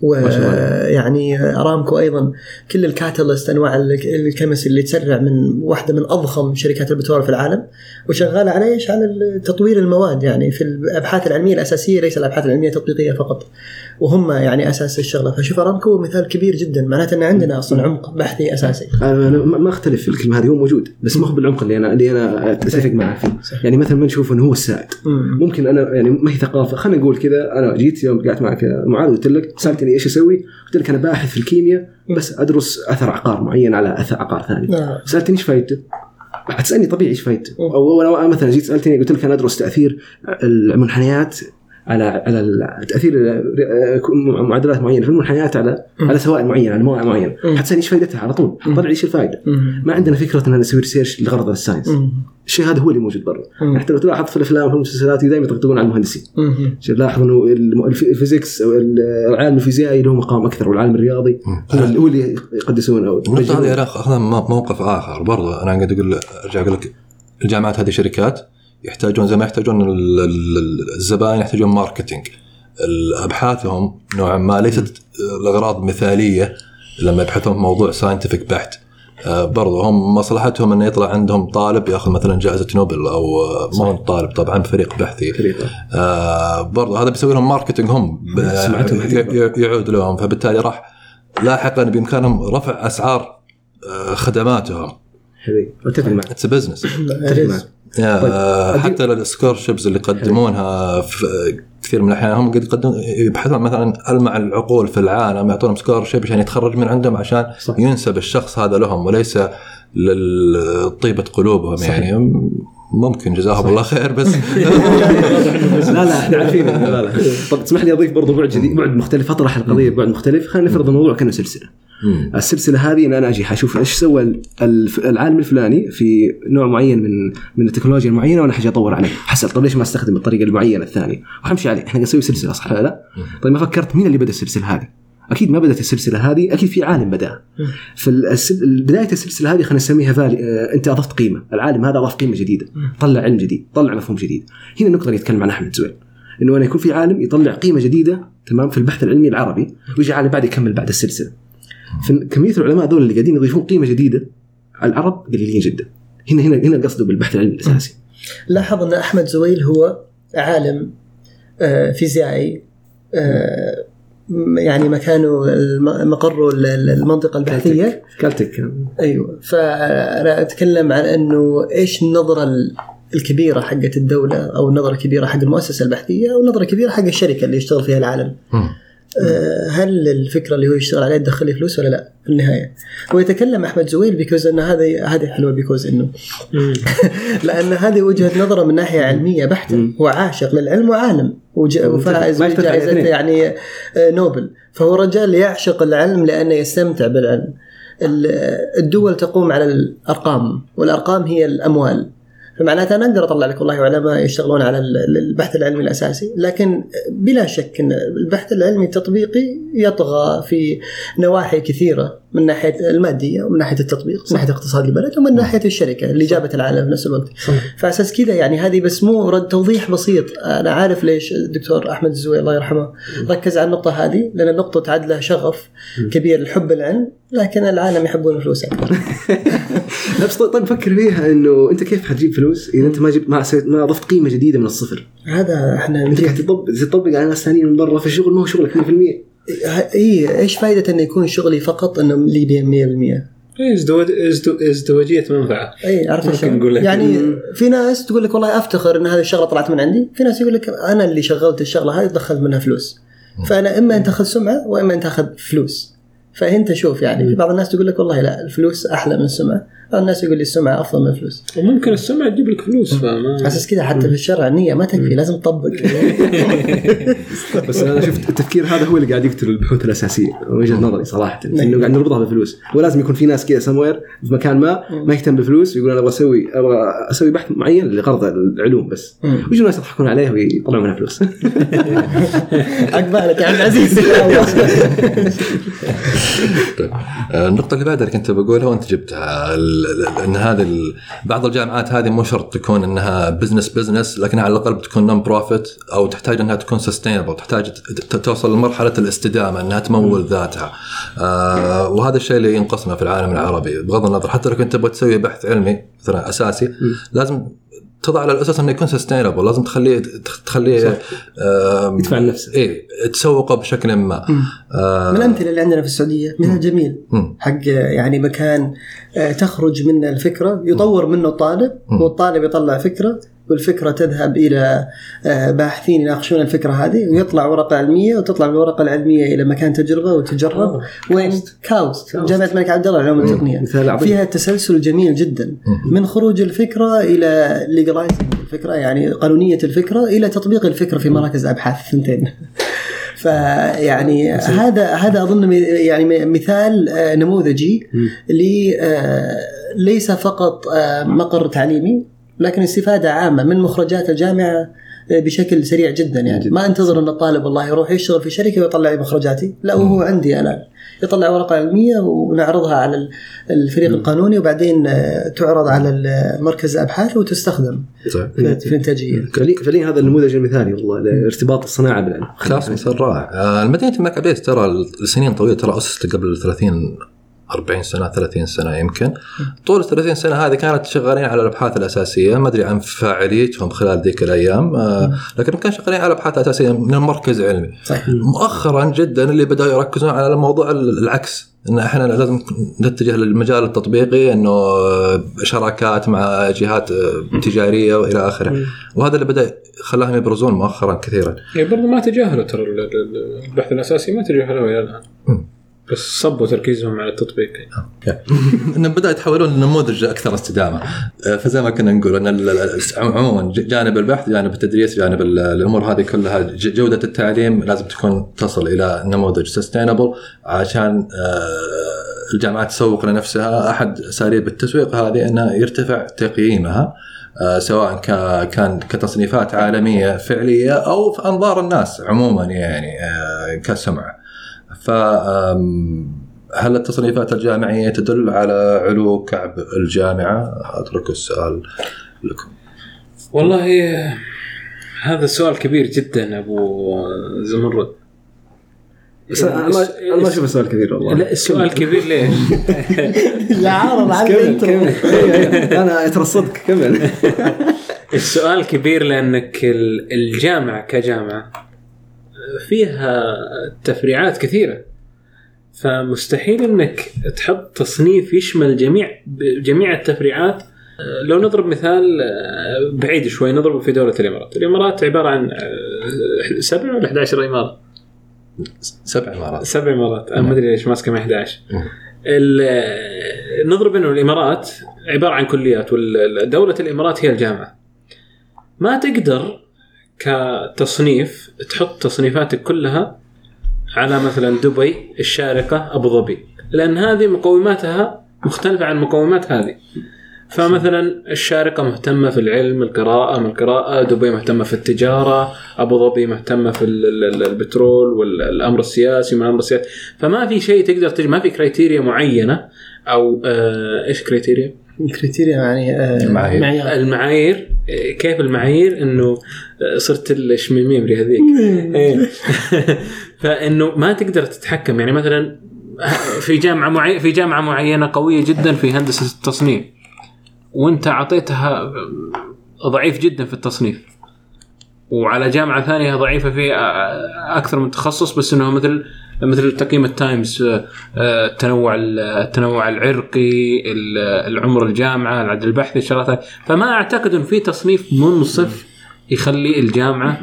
ويعني ارامكو ايضا كل الكاتاليست انواع الكيمستري اللي تسرع من واحده من اضخم شركات البترول في العالم، وشغاله على ايش؟ على تطوير المواد يعني في الابحاث العلميه الاساسيه، ليس الابحاث العلميه التطبيقيه فقط، وهم يعني اساس الشغله. فشوف ارامكو مثال كبير جدا، معناته ان عندنا اصلا عمق بحثي اساسي. انا ما اختلف في الكلمه هذه، هو موجود بس ما هو بالعمق اللي انا اللي انا اتفق معه فيه. يعني مثلا ما نشوف انه هو السائد، ممكن انا يعني ما هي ثقافه، خلينا نقول كذا. انا جيت يوم قعدت معك معاذ قلت لك سالتني ايش اسوي، قلت لك انا باحث في الكيمياء بس ادرس اثر عقار معين على اثر عقار ثاني. نعم. سالتني ايش فايدته، هتسالني طبيعي ايش فايدته. او انا مثلا جيت سالتني قلت لك انا ادرس تاثير المنحنيات على على تاثير معدلات معينه في المنحنيات على م. على سوائل معينه على مواد معينه، حتسالني ايش فائدتها على طول، حطلع لي ايش الفائده. م. ما عندنا فكره ان نسوي ريسيرش لغرض الساينس. م. الشيء هذا هو اللي موجود برا. حتى لو تلاحظ في الافلام وفي المسلسلات دائما يطقطقون على المهندسين. شوف لاحظ انه الفيزيكس او العالم الفيزيائي له مقام اكثر، والعالم الرياضي هو اللي يقدسون. او النقطه هذه انا اخذها موقف اخر برضه. انا قاعد اقول ارجع اقول لك الجامعات هذه شركات يحتاجون زي ما يحتاجون الزبائن يحتاجون ماركتينج. الابحاثهم نوعا ما ليست الاغراض مثاليه لما يبحثون في موضوع ساينتفك بحت. برضو هم مصلحتهم أن يطلع عندهم طالب يأخذ مثلا جائزة نوبل أو ما هو طالب طبعا فريق بحثي. آه برضو هذا بيسوي لهم ماركتينج، هم يعود لهم، فبالتالي راح لاحقا بإمكانهم رفع أسعار خدماتهم. أتفق معك. It's a business. حتى السكورشيبز اللي يقدمونها في كثير من الأحيان هم قد يقدمون يبحثون مثلا ألمع العقول في العالم، يعطونهم سكورشيب عشان يتخرج من عندهم عشان صح. ينسب الشخص هذا لهم وليس لطيبة قلوبهم. صح. يعني ممكن جزاهم الله خير بس لا لا احنا عارفين. لا لا طب تسمح لي اضيف برضو بعد جديد، بعد مختلف، اطرح القضيه بعد مختلف. خلينا نفرض الموضوع كانه سلسله. مم. السلسله هذه ان انا اجي اشوف ايش سوى العالم الفلاني في نوع معين من من التكنولوجيا المعينه وانا حاجي اطور عليه. حسب طب ليش ما استخدم الطريقه المعينه الثانيه وحمشي عليه. احنا نسوي سلسله صح ولا لا؟ طيب ما فكرت مين اللي بدا السلسله هذه؟ اكيد ما بدات السلسله هذه، اكيد في عالم بدا. في بدايه السلسله هذه خلينا نسميها فالي. آه انت اضفت قيمه، العالم هذا اضاف قيمه جديده، طلع علم جديد، طلع مفهوم جديد. هنا النقطه اللي يتكلم عنها احمد زويل، انه انا يكون في عالم يطلع قيمه جديده تمام في البحث العلمي العربي، ويجي عالم بعد يكمل بعد السلسله. كميه العلماء دول اللي قاعدين يضيفون قيمه جديده على العرب قليلين جدا. هنا هنا هنا قصده بالبحث العلمي الاساسي. لاحظ ان احمد زويل هو عالم آه فيزيائي، آه يعني مكانه مقره المنطقة البحثية كالتك. أيوة. فأنا أتكلم عن أنه إيش النظرة الكبيرة حقت الدولة أو النظرة الكبيرة حق المؤسسة البحثية أو النظرة الكبيرة حق الشركة اللي يشتغل فيها العالم. آه هل الفكرة اللي هو يشتغل عليها تدخل لي فلوس ولا لا في النهاية؟ ويتكلم أحمد زويل بيكوز أن هذه هذه حلوة بيكوز إنه لأن هذه وجهة نظرة من ناحية علمية بحتة. هو عاشق للعلم وعالم وفائز بجائزة يعني نوبل، فهو رجال يعشق العلم لأنه يستمتع بالعلم. الدول تقوم على الأرقام والأرقام هي الأموال، فمعناتها أنا أقدر أطلع لك والله علماء يشتغلون على البحث العلمي الأساسي، لكن بلا شك أن البحث العلمي التطبيقي يطغى في نواحي كثيرة، من ناحية المادية ومن ناحية التطبيق ومن ناحية اقتصاد البلد ومن ناحية الشركة اللي جابت العالم في نفس الوقت. فأساس كذا يعني هذه بس مو رد توضيح بسيط. أنا عارف ليش الدكتور أحمد الزويل الله يرحمه ركز على النقطة هذه، لأن النقطة تعد له شغف كبير لحب العلم، لكن العالم يحبون الفلوس أكثر. بس طيب فكر فيها إنه أنت كيف حتجيب فلوس إذا أنت ما جبت ما ما أضفت قيمة جديدة من الصفر. هذا إحنا أنت قاعد تطبق تطبق على ناس ثانيين من برا في الشغل، ما هو شغلك مية بالمية. إيه إيش فائدة إنه يكون شغلي فقط إنه لي بي مية بالمية؟ ازدواج ازدواجية منفعة. أي عرفت يعني في ناس تقول لك والله أفتخر إن هذه الشغلة طلعت من عندي، في ناس يقول لك أنا اللي شغلت الشغلة هذه دخلت منها فلوس. فأنا إما أن تأخذ سمعة وإما أن تأخذ فلوس. فأنت شوف يعني في بعض الناس تقول لك والله لا الفلوس أحلى من السمعة، بعض الناس يقول لي السمعة أفضل من الفلوس. وممكن السمعة تجيب لك فلوس. فما أساس كذا حتى في الشرع النية ما تكفي، لازم تطبق. بس أنا شفت التفكير هذا هو اللي قاعد يقتل البحوث الأساسية وجهة نظري صراحة، إنه قاعد نربطها بالفلوس، ولازم يكون في ناس كذا سموير في مكان ما ما يهتم بالفلوس ويقول أنا أبغى أسوي أبغى أسوي بحث معين لغرض العلوم بس، ويجوا الناس يضحكون عليه ويطلعون منها فلوس. أقبالك يا عبد العزيز. النقطة اللي بعدها كنت بقولها وأنت جبتها، أن هذا بعض الجامعات هذه مو شرط تكون أنها بزنس بزنس، لكنها على الأقل بتكون نون بروفيت، أو تحتاج أنها تكون سستينبل، تحتاج توصل لمرحلة الاستدامة أنها تمول ذاتها. آه وهذا الشيء اللي ينقصنا في العالم العربي بغض النظر. حتى لو كنت تبغى تسوي بحث علمي مثلا أساسي لازم تضع على الأساس أنه يكون سستينبل، لازم تخليه تخليه يدفع نفسه، إيه تسوقه بشكل ما. آه من الأمثلة اللي عندنا في السعودية مثال جميل حق يعني مكان تخرج منه الفكرة يطور منه الطالب، والطالب يطلع فكرة والفكرة تذهب إلى باحثين يناقشون الفكرة هذه ويطلع ورقة علمية، وتطلع الورقة العلمية إلى مكان تجربة وتجرب. وين كاوست جامعة الملك عبد الله للعلوم والتقنية فيها تسلسل جميل جدا من خروج الفكرة إلى ليجلايزنج الفكرة، يعني قانونية الفكرة، إلى تطبيق الفكرة في مراكز أبحاث ثنتين. فيعني هذا هذا أظن يعني مثال نموذجي لي ليس فقط مقر تعليمي، لكن استفادة عامة من مخرجات الجامعة بشكل سريع جدا. يعني ما انتظر أن الطالب والله يروح يشتغل في شركة ويطلع لي مخرجاتي، لا وهو عندي أنا يطلع ورقة علمية ونعرضها على الفريق القانوني، وبعدين تعرض على مركز الأبحاث وتستخدم في الإنتاجية. فلين هذا النموذج المثالي والله لارتباط الصناعة بالعلم. خلاص مثال رائع. المدينة الملك عبيد ترى لسنين طويلة، ترى أسست قبل ثلاثين أربعين سنة ثلاثين سنة يمكن. طول ثلاثين سنة هذه كانت شغالين على الأبحاث الأساسية، ما أدري عن فاعليتهم خلال ذيك الأيام، لكن كانوا شغالين على الأبحاث الأساسية من المركز العلمي. صحيح. مؤخرا جدا اللي بدأوا يركزون على الموضوع العكس، إن إحنا لازم نتجه للمجال التطبيقي، إنه شراكات مع جهات تجارية وإلى آخره، وهذا اللي بدأ خلاهم يبرزون مؤخرا كثيرا. يعني برضو ما تجاهلوا ترى البحث الأساسي، ما تجاهلوا إلى الآن، بس صبوا تركيزهم على التطبيق. إنهم بدأوا يتحولون لنموذج أكثر استدامة. فزي ما كنا نقول أن عموما جانب البحث، جانب التدريس، جانب الأمور هذه كلها، جودة التعليم لازم تكون تصل إلى نموذج sustainable عشان الجامعات تسوق لنفسها. أحد أساليب التسويق هذه أنها يرتفع تقييمها، سواء كان كتصنيفات عالمية فعلية أو في أنظار الناس عموما، يعني كسمعة. فهل التصنيفات الجامعية تدل على علو كعب الجامعة؟ أترك السؤال لكم. والله هذا السؤال كبير جدا أبو زمرد. بس أنا ما أشوف السؤال كبير والله. لا السؤال كبير ليش؟ لا عارض عنك أنا أترصدك كمل. السؤال كبير لأنك الجامعة كجامعة فيها تفريعات كثيرة، فمستحيل انك تحط تصنيف يشمل جميع جميع التفريعات. لو نضرب مثال بعيد شوي، نضرب في دولة الإمارات. الإمارات عبارة عن سبع ولا أحد عشر إمارة؟ سبع إمارات. سبع إمارات. أنا ما أدري ليش ماسكة مع أحد عشر. نضرب إنه الإمارات عبارة عن كليات، والدولة الإمارات هي الجامعة. ما تقدر كتصنيف تحط تصنيفاتك كلها على مثلا دبي، الشارقة، أبو ظبي، لأن هذه مقوماتها مختلفة عن مقومات هذه. فمثلا الشارقة مهتمة في العلم، القراءة من القراءة، دبي مهتمة في التجارة، أبو ظبي مهتمة في البترول والأمر السياسي مع الأمر السياسي. فما في شيء تقدر تجي، ما في كريتيريا معينة أو آه إيش كريتيريا؟ كريتيريا يعني آه المعايير. المعايير كيف المعايير؟ إنه صرت الشميميمري هذيك. فإنه ما تقدر تتحكم. يعني مثلا في جامعة معينة في جامعة معينة قوية جدا في هندسة التصنيع، وانت عطيتها ضعيف جدا في التصنيف، وعلى جامعة ثانية ضعيفة في أكثر من تخصص، بس إنه مثل مثل تقييم التايمز، التنوع التنوع العرقي، العمر الجامعة، العدد البحثي، الشغلات. فما أعتقد إن في تصنيف منصف يخلي الجامعة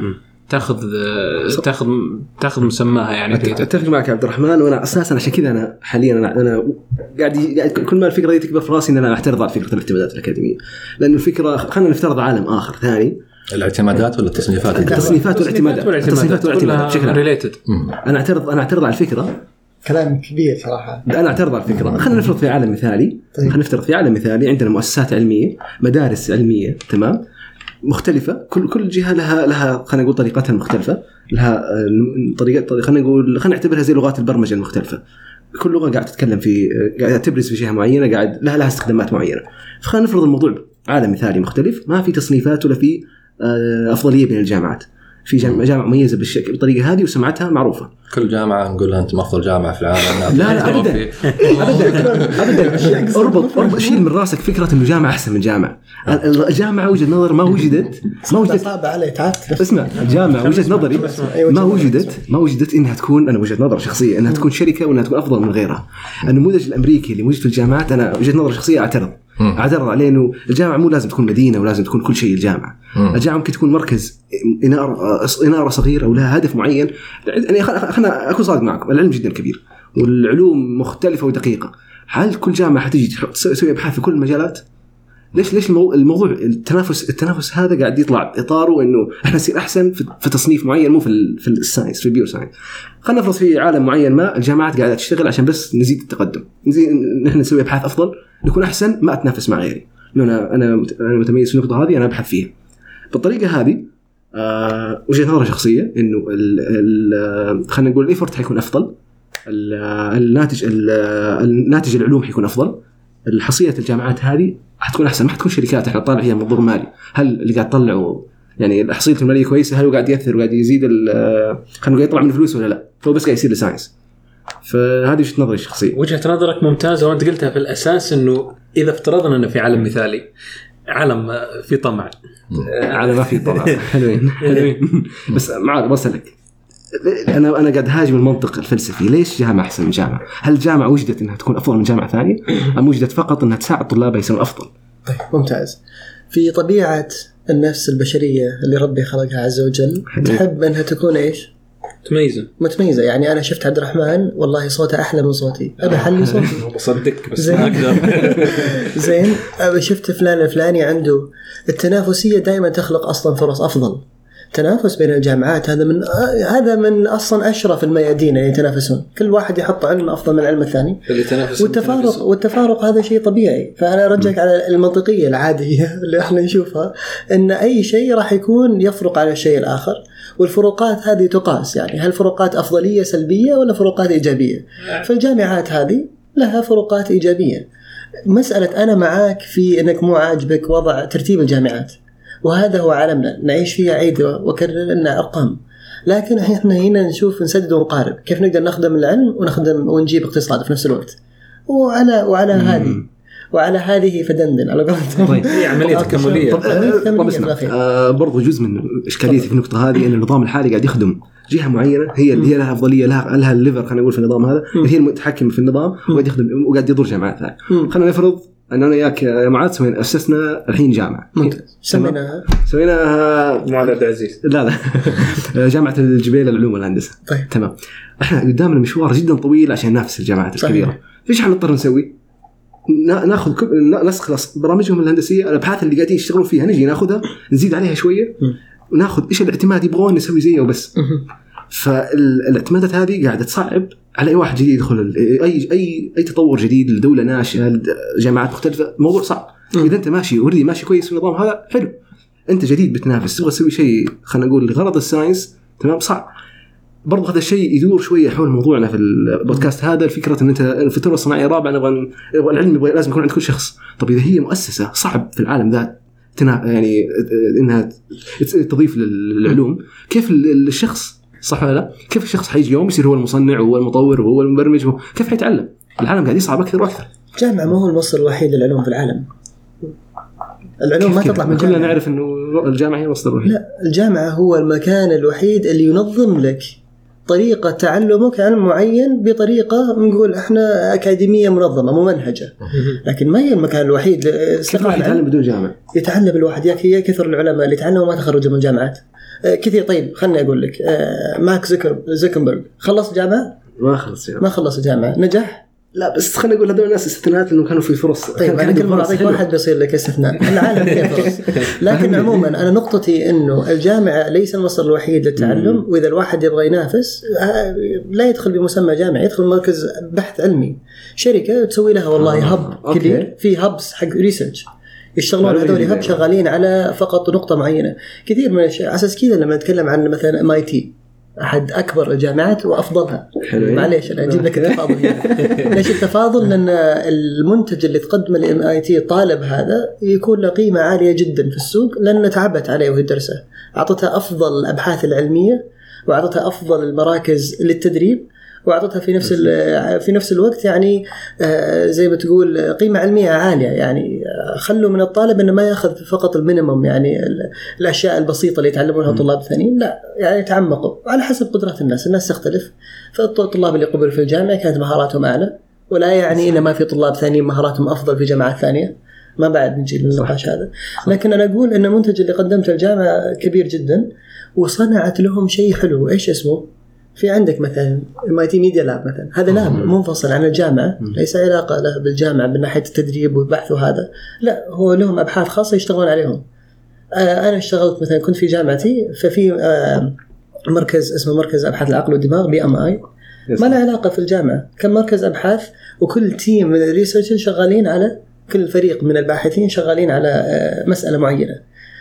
تاخذ تاخذ تاخذ مسماها يعني. اتفق معك عبد الرحمن، وانا اساسا عشان كذا انا حاليا انا, أنا قاعد كل ما الفكره دي تكبر في راسي ان انا اعترض على فكره الاعتمادات الاكاديميه، لان الفكره خلينا نفترض عالم اخر ثاني. الاعتمادات ولا التصنيفات؟ التصنيفات والاعتمادات التصنيفات والاعتمادات بشكل ريليتد. انا اعترض انا اعترض على الفكره. كلام كبير صراحه. انا اعترض على الفكره. خلينا نفرض في عالم مثالي. خلينا نفترض في عالم مثالي عندنا مؤسسات علميه، مدارس علميه، تمام، مختلفه، كل كل جهه لها لها خلينا نقول طريقتها المختلفه، لها طريقه خلينا نقول خلينا نعتبرها زي لغات البرمجه المختلفه. كل لغه قاعده تتكلم في قاعده تبرز في جهه معينه، قاعد لها لها استخدامات معينه. فخلينا نفرض الموضوع عالم مثالي مختلف، ما في تصنيفات ولا في افضليه بين الجامعات. في جامعة, جامعة مميزة بالشكل بالطريقة هذه وسمعتها معروفة. كل جامعة نقول لها أنت أفضل جامعة في العالم. لا لا أبدا أبدا أبدا. أربط أربط شيل من راسك فكرة إنه جامعة أحسن من جامعة. الجامعة وجهة نظر ما وجدت ما وجدت صعبة عليه تعرف. اسمع، الجامعة وجهة نظري ما وجدت ما وجدت إنها تكون، أنا وجهة نظر شخصية إنها تكون شركة وإنها تكون أفضل من غيرها. النموذج الأمريكي اللي موجود في الجامعات أنا وجهة نظر شخصية أعترض اعترض عليه انه الجامعه مو لازم تكون مدينه ولازم تكون كل شيء الجامعه. مم. الجامعه ممكن تكون مركز اناره اناره صغير او لها هدف معين. يعني خلينا اكون صادق معكم، العلم جدا كبير والعلوم مختلفه ودقيقه. هل كل جامعه حتيجي تسوي ابحاث في كل المجالات؟ ليش ليش الموضوع التنافس التنافس هذا قاعد يطلع اطاره انه احنا نصير احسن في تصنيف معين، مو في في الساينس في البيو ساينس. خلينا نفرض في عالم معين ما الجامعات قاعده تشتغل عشان بس نزيد التقدم، نزيد نحن نسوي ابحاث افضل، نكون احسن، ما اتنافس مع غيري، انا انا انا متميز في النقطه هذه، انا ابحث فيها بالطريقه هذه. آه وجهه نظر شخصيه انه خلينا نقول الايفورت حيكون افضل، الناتج الناتج العلوم حيكون افضل، الحصيله الجامعات هذه حتكون احسن، ما حتكون شركات احنا طالع فيها منظور مالي. هل اللي قاعد يطلعوا يعني حصيلته الماليه كويسه؟ هل هو قاعد ياثر وقاعد يزيد خلينا نقول يطلع من فلوس ولا لا؟ فهو بس قاعد يصير لساينس. فهذه وجهه نظري الشخصيه. وجهه نظرك ممتازه، وانت قلتها في الاساس انه اذا افترضنا انه في عالم مثالي، عالم في طمع، عالم ما في طمع، حلوين حلوين بس معك بسألك، انا انا قاعد هاجم المنطق الفلسفي. ليش جامعه احسن من جامعه؟ هل جامعه وجدت انها تكون افضل من جامعه ثانيه ام وجدت فقط انها تساعد طلابها يصيرون افضل؟ طيب ممتاز. في طبيعه النفس البشريه اللي ربي خلقها عز وجل تحب انها تكون ايش؟ متميزه متميزه. يعني انا شفت عبد الرحمن والله صوته احلى من صوتي، ابى احلي صوتي بصدق بس ما اقدر. زين، ابى شفت فلان الفلاني عنده التنافسيه دائما تخلق اصلا فرص افضل. تنافس بين الجامعات هذا من هذا من اصلا اشرف الميادين اللي يتنافسون، كل واحد يحط علم افضل من العلم الثاني، والتفارق والتفارق هذا شيء طبيعي. فانا ارجعك على المنطقيه العاديه اللي احنا نشوفها، ان اي شيء راح يكون يفرق على الشيء الاخر، والفروقات هذه تقاس. يعني هل فروقات افضليه سلبيه ولا فروقات ايجابيه؟ فالجامعات هذه لها فروقات ايجابيه. مساله انا معاك في انك مو عاجبك وضع ترتيب الجامعات، وهذا هو عالمنا نعيش فيه، عيد وكرر لنا أرقام، لكن احنا هنا نشوف نسدد ونقارب كيف نقدر نخدم العلم ونخدم ونجيب اقتصاد في نفس الوقت. وعلى وعلى هذه وعلى هذه فدندن على قولتهم. طيب هي عملية تكاملية. طب اسمع، آه برضو جزء من إشكاليتي في النقطة هذه أن النظام الحالي قاعد يخدم جهة معينة، هي اللي هي لها أفضلية، لها لها الليفر خلينا نقول في النظام هذا، هي المتحكم في النظام وقاعد يخدم وقاعد يضر جامعات ثانية. خلينا نفرض أن أنا ياك يا معاذ سوينا أسسنا الحين جامعة، سميناها سويناها معاذ عبد العزيز، لا لا جامعة الجبيل العلوم والهندسة. طيب تمام، إحنا قدامنا مشوار جدا طويل عشان ننافس الجامعات الكبيرة. إيش حنضطر نسوي؟ ناخذ نسخ برامجهم الهندسية، الأبحاث اللي قاعدين يشتغلون فيها نجي ناخذها نزيد عليها شوية وناخذ إيش الاعتماد يبغون نسوي زيه وبس. فالاعتمادات هذه قاعدة تصعب على أي واحد جديد يدخل أي أي أي تطور جديد لدولة ناشئة جامعات مختلفة. موضوع صعب. إذا أنت ماشي وردي ماشي كويس في النظام هذا حلو، أنت جديد بتنافس تبغى تسوي شيء خلينا نقول لغرض الساينس، تمام، صعب. برضو هذا الشيء يدور شوية حول موضوعنا في البودكاست هذا، الفكرة أن أنت في الثورة الصناعية الرابعة نبغى العلم يبغى لازم يكون عند كل شخص. طب إذا هي مؤسسة صعب في العالم ذا يعني إنها تضيف للعلوم، كيف الشخص صح ولا لا؟ كيف الشخص حيجي يوم يصير هو المصنع وهو المطور وهو المبرمج؟ كيف حيتعلم؟ العالم قاعد يصعب أكثر وأكثر. جامعة ما هو المصدر الوحيد للعلوم في العالم. العلوم ما تطلع من كلنا نعرف إنه الجامعة هي مصدر الوحيد. لا، الجامعة هو المكان الوحيد اللي ينظم لك طريقة تعلمك عن معين بطريقة نقول احنا أكاديمية منظمة ممنهجة، لكن ما هي المكان الوحيد لاستقرار يتعلم بدون جامعة. يتعلم الواحد يا كثر العلماء اللي تعلموا ما تخرجوا من جامعات كثير. طيب خلني أقول لك مارك زوكربيرج خلص جامعة؟ ما خلص جامعة. ما خلص جامعة. نجح؟ لا بس خلينا نقول هذول الناس استثناءات لأنه كانوا في فرص. طيب أنا كل مرة أعطيك واحد بيصير لك استثناء. العالم فيه فرص. لكن عموما أنا نقطتي إنه الجامعة ليس المصدر الوحيد للتعلم، وإذا الواحد يبغى ينافس لا يدخل بمسمى جامعة، يدخل مركز بحث علمي، شركة تسوي لها والله هب كبير في هبس حق ريسيرش يشتغلون هذول هب شغالين على فقط نقطة معينة. كثير من الأشياء أساس كذا لما نتكلم عن مثلا إم آي تي أحد أكبر الجامعات وأفضلها. معليش أنا أجيب لك التفاضل هنا. ليش التفاضل؟ لأن المنتج اللي تقدمه ل إم آي تي الطالب هذا يكون له قيمة عالية جدا في السوق، لأن تعبت عليه وهي درسه، أعطتها أفضل الأبحاث العلمية وأعطتها أفضل المراكز للتدريب، وأعطتها في نفس في نفس الوقت يعني زي ما تقول قيمة علمية عالية. يعني خلوا من الطالب إنه ما يأخذ فقط المينيمم، يعني الأشياء البسيطة اللي يتعلمونها الطلاب الثانيين، لا يعني تعمقوا على حسب قدرات الناس. الناس تختلف، فالطلاب اللي قبلوا في الجامعة كانت مهاراتهم أعلى، ولا يعني إن ما في طلاب ثانيين مهاراتهم أفضل في جامعات ثانية، ما بعد نجي للنقاش هذا. لكن أنا أقول إن المنتج اللي قدمته الجامعة كبير جدا وصنعت لهم شيء حلو. إيش اسمه؟ في عندك مثلا إم آي تي ميديا لاب مثلا، هذا لاب منفصل عن الجامعة، ليس علاقة له بالجامعة من ناحية التدريب والبحث وهذا، لا هو لهم أبحاث خاصة يشتغلون عليهم. آه أنا اشتغلت مثلا كنت في جامعتي ففي آه مركز اسمه مركز أبحاث العقل والدماغ بي إم آي، ما له علاقة في الجامعة، كان مركز أبحاث وكل تيم من الريسيرشر شغالين على، كل فريق من الباحثين شغالين على آه مسألة معينة.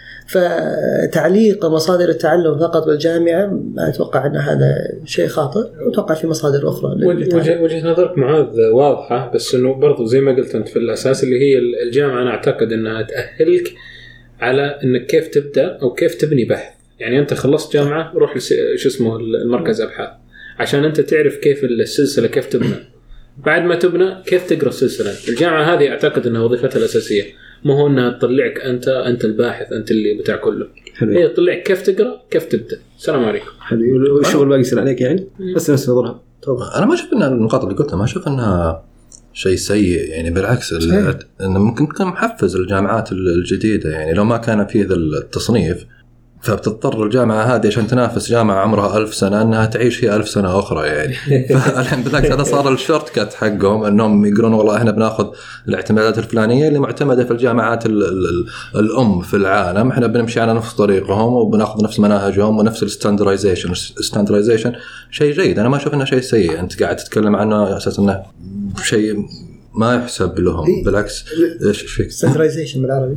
فتعليق مصادر التعلم فقط بالجامعة أتوقع أن هذا شيء خاطئ، وأتوقع في مصادر أخرى. وجه, وجه نظرك معاذ واضحة، بس أنه برضو زي ما قلت أنت في الأساس اللي هي الجامعة أنا أعتقد أنها تأهلك على أنك كيف تبدأ أو كيف تبني بحث. يعني أنت خلصت جامعة روح شو اسمه المركز أبحاث عشان أنت تعرف كيف السلسلة كيف تبنى، بعد ما تبنى كيف تقرأ السلسلة. الجامعة هذه أعتقد أنها وظيفتها الأساسية، مو هو أنها تطلعك أنت أنت الباحث أنت اللي بتاع كله، هي تطلعك كيف تقرأ كيف تبدأ. السلام عليكم. حلو. والشغل باقي يصير عليك يعني. بس نفس نظرها. أنا ما أشوف أن النقاط اللي قلتها ما أشوف أنها شيء سيء، يعني بالعكس إنه ممكن تكون محفز للجامعات الجديدة. يعني لو ما كان فيه ذا التصنيف فبتضطر الجامعة هذه عشان تنافس جامعة عمرها ألف سنة أنها تعيش فيها ألف سنة أخرى يعني. فالحين بالعكس هذا صار الشورت كات حقهم، أنهم يقولون والله إحنا بناخذ الاعتمادات الفلانية اللي معتمدة في الجامعات ال ال الأم في العالم، إحنا بنمشي على نفس طريقهم وبناخذ نفس مناهجهم ونفس الستاندرايزيشن. الستاندرايزيشن شيء جيد، أنا ما أشوف إنه شيء سيء. أنت قاعد تتكلم عنه على أساس إنه شيء ما يحسب لهم، بالعكس. ايش فيك ستاندرايزيشن بالعربي؟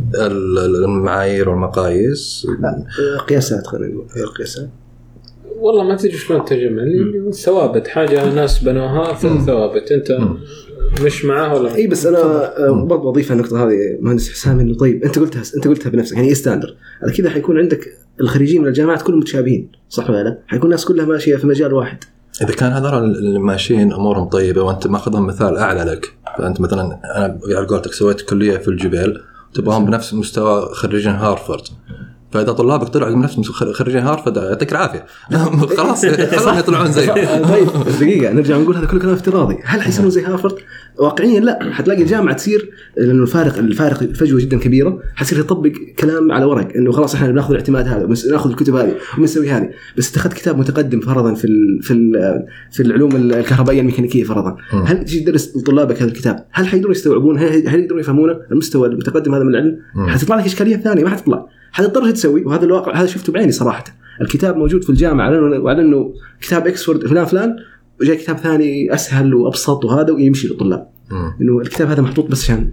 المعايير والمقاييس، قياسات، خلينا نقول هي القياسات. والله ما تدري شلون ترجمها، اللي ثوابت حاجه ناس بنوها في ثوابت انت م. مش معاه ولا اي. بس انا برضه اضيف النقطه هذه مهندس حسام، انه طيب انت قلتها انت قلتها بنفسك، يعني ستاندر على كذا حيكون عندك الخريجين من الجامعات كلهم متشابهين، صح ولا لا؟ حيكون الناس كلها ماشيه في مجال واحد. إذا كان هذول اللي ماشيين أمورهم طيبة وأنت ماخذهم مثال أعلى لك، فأنت مثلا أنا على قولتك سويت كلية في الجبال تبغاهم بنفس مستوى خريجين هارفارد، فإذا طلابك طلعوا من نفس خريجين هارفارد يعطيك العافية خلاص خلاص يطلعون زي. طيب دقيقة نرجع نقول هذا كله كلام افتراضي، هل حيصيرون زي هارفارد؟ واقعيا لا، حتلاقي الجامعة تصير لأنه الفارق الفارق فجوة جدا كبيرة، حتصير يطبق كلام على ورق إنه خلاص إحنا بناخذ الاعتماد هذا وناخذ الكتب هذه ونسوي هذه. بس اتخذت كتاب متقدم فرضا في ال في ال في العلوم الكهربائية الميكانيكية فرضا، هل تجي تدرس لطلابك هذا الكتاب؟ هل حيقدرون يستوعبون؟ هل هل يقدرون يفهمونه المستوى المتقدم هذا من العلم؟ حتطلع لك إشكالية ثانية ما حتطلع، حتضطر تسوي. وهذا الواقع هذا شفته بعيني صراحة. الكتاب موجود في الجامعة وعلى إنه كتاب إكسفورد فلان فلان، وجاء كتاب ثاني أسهل وأبسط وهذا ويمشي للطلاب، إنه الكتاب هذا محطوط بس عشان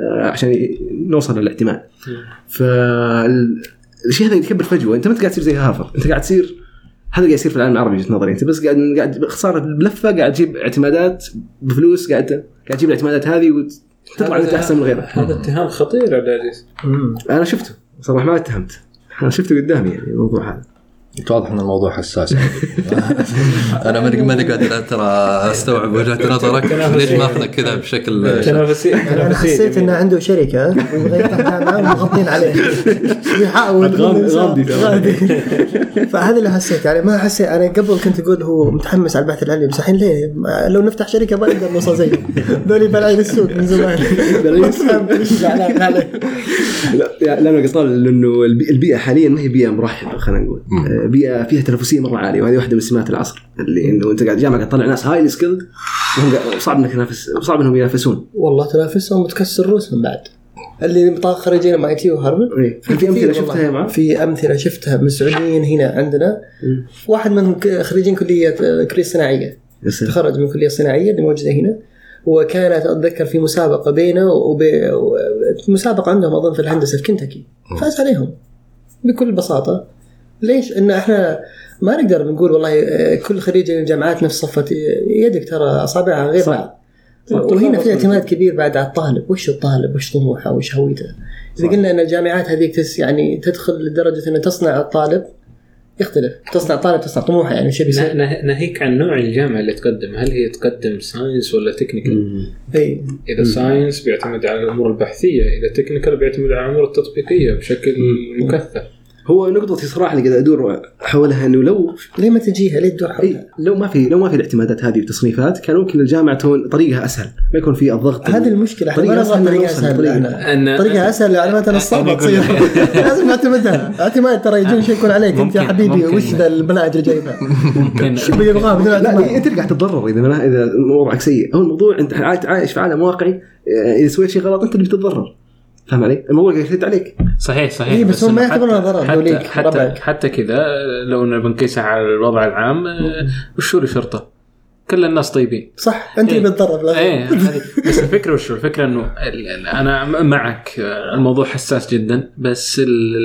عشان نوصل للاعتماد. فالشيء هذا يكبر فجوة. أنت ما أنت قاعد تصير زي هارفارد، أنت قاعد تصير هذا قاعد يصير في العالم العربي جهة نظري. أنت بس قاعد قاعد باختصار بلفة قاعد تجيب اعتمادات بفلوس، قاعد قاعد تجيب الاعتمادات هذه وتطلع أنت أحسن من غيرها. هذا اتهام خطير يا عزيز. أنا شفته صراحة، ما اتهمت، أنا شفته قدامي يعني الموضوع هذا. واضح ان الموضوع حساس. انا ماني ماني قادر ترى استوعب وجهه نظرك. ليش ماخذك كذا بشكل تنافسي؟ انا حسيت انه عنده شركه ويبغى يفتح جامعه ومغطين عليه يحاول غامضي. فهذا اللي حسيت يعني. ما حسيت انا قبل كنت اقول هو متحمس على البحث العلمي، بس الحين ليه لو نفتح شركه ما نقدر نوصل زيه ذولي بلاعين السوق من زمان. لا لا قصدي لانه البيئه حاليا ما هي بيئه مرحبه، خلينا نقول بيئه فيها تنافسيه مره عاليه، وهذه واحده من سمات العصر اللي انه انت قاعد جامعه تطلع ناس هايلي سكيلد وهم صعب انك تنافس، صعب انهم ينافسون. والله تنافسهم وتكسر رؤوسهم بعد اللي مطاق خريجين مع اي تي وهارفرد. في امثله شفتها معه، في امثله شفتها من السعوديين هنا عندنا. واحد منهم خريجين كليه كليه صناعيه، تخرج من كليه صناعيه اللي موجوده هنا، وكانت اتذكر في مسابقه بينه وبين مسابقه عندهم اظن في الهندسه في كنتاكي، فاز عليهم بكل بساطه. ليش؟ ان احنا ما نقدر نقول والله كل خريج الجامعات نفس صفه يدك، ترى اصابعها غير بعض. وهنا في اعتماد كبير بعد على الطالب، وش الطالب، وش طموحه، وش هويته. اذا قلنا ان الجامعات هذيك تس يعني تدخل لدرجه ان تصنع الطالب، يختلف. تصنع طالب تصنع طموحه يعني شيء بيصير. ناهيك عن نوع الجامعه اللي تقدم، هل هي تقدم ساينس ولا تكنيكال؟ اي اذا ساينس بيعتمد على الامور البحثيه، اذا تكنيكال بيعتمد على الامور التطبيقيه بشكل مكثف. هو نقطة صراحة اللي قاعد أدور حولها إنه لو ليه ما تجيها، ليه تدور حولها؟ لو ما في لو ما في الاعتمادات هذه والتصنيفات كان ممكن الجامعة تكون طريقها أسهل، ما يكون في الضغط. هذه المشكلة. طريقة أسهل، طريقة أسهل، طريقة أسهل علامات الصعبة تصير لازم نعتمدها. اعتماد ترى يجون شيء يكون عليك أنت يا حبيبي، وش ذا البنات اللي جايبها ممكن شو بيبغاه بدون اعتماد. لا أنت قاعد تتضرر إذا ما إذا وضعك سيء. هو الموضوع أنت عايش في عالم واقعي، إذا سويت شيء غلط أنت اللي بتتضرر. فهم علي؟ الموضوع قاعد عليك. صحيح صحيح. إيه بس, بس هم ما يعتبرون ضرر حتى حتى, حتى كذا لو بنقيسها على الوضع العام، وشو الشرطة كل الناس طيبين صح. انت اللي بتضرب لا ايه. بس الفكره وشو الفكره انه انا معك، الموضوع حساس جدا، بس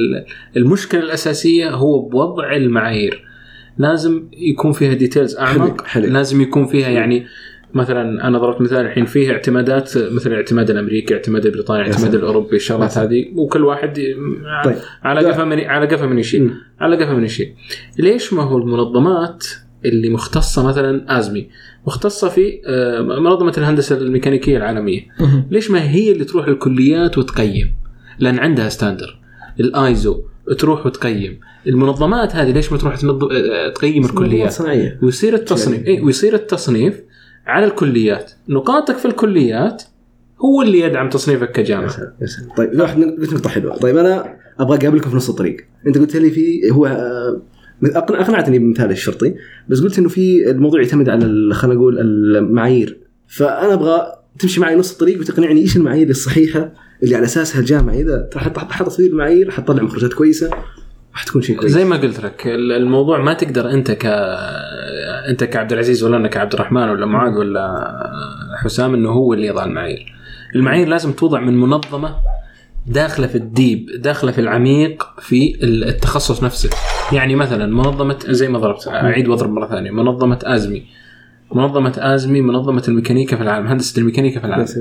المشكله الاساسيه هو بوضع المعايير. لازم يكون فيها ديتيلز اعمق، لازم يكون فيها يعني مثلا انا ضربت مثال الحين فيها اعتمادات، مثل اعتماد الامريكي، اعتماد البريطاني، اعتماد الاوروبي، الشغلات هذه، وكل واحد طيب. على قفا من على قفا من شيء على قفا من شيء. ليش ما هو المنظمات اللي مختصه مثلا ازمي مختصه في منظمه الهندسه الميكانيكيه العالميه، ليش ما هي اللي تروح للكليات وتقيم؟ لان عندها ستاندر الايزو، تروح وتقيم. المنظمات هذه ليش ما تروح تقيم الكليات ويصير التصنيف اي ويصير التصنيف على الكليات؟ نقاطك في الكليات هو اللي يدعم تصنيفك كجامعة. طيب واحد نقطة حلوة. طيب أنا أبغى أقابلكم في نص الطريق. أنت قلت لي في هو أقنعتني بمثال الشرطي، بس قلت إنه في الموضوع يعتمد على خلينا نقول المعايير. فأنا أبغى تمشي معي نص الطريق وتقنعني إيش المعايير الصحيحة اللي على أساسها الجامعة إذا تحط تحط تصوير المعايير حتطلع مخرجات كويسة وحتكون شيء كويس. زي ما قلت لك الموضوع ما تقدر أنت ك أنت كعبد العزيز ولا أنا كعبد الرحمن ولا معاذ ولا حسام إنه هو اللي يضع المعايير. المعايير لازم توضع من منظمة داخلة في الديب، داخلة في العميق في التخصص نفسه. يعني مثلا منظمة زي ما ضربت، أعيد وأضرب مرة ثانية، منظمة آزمي منظمة آزمي منظمة الميكانيكا في العالم، هندسة الميكانيكا في العالم.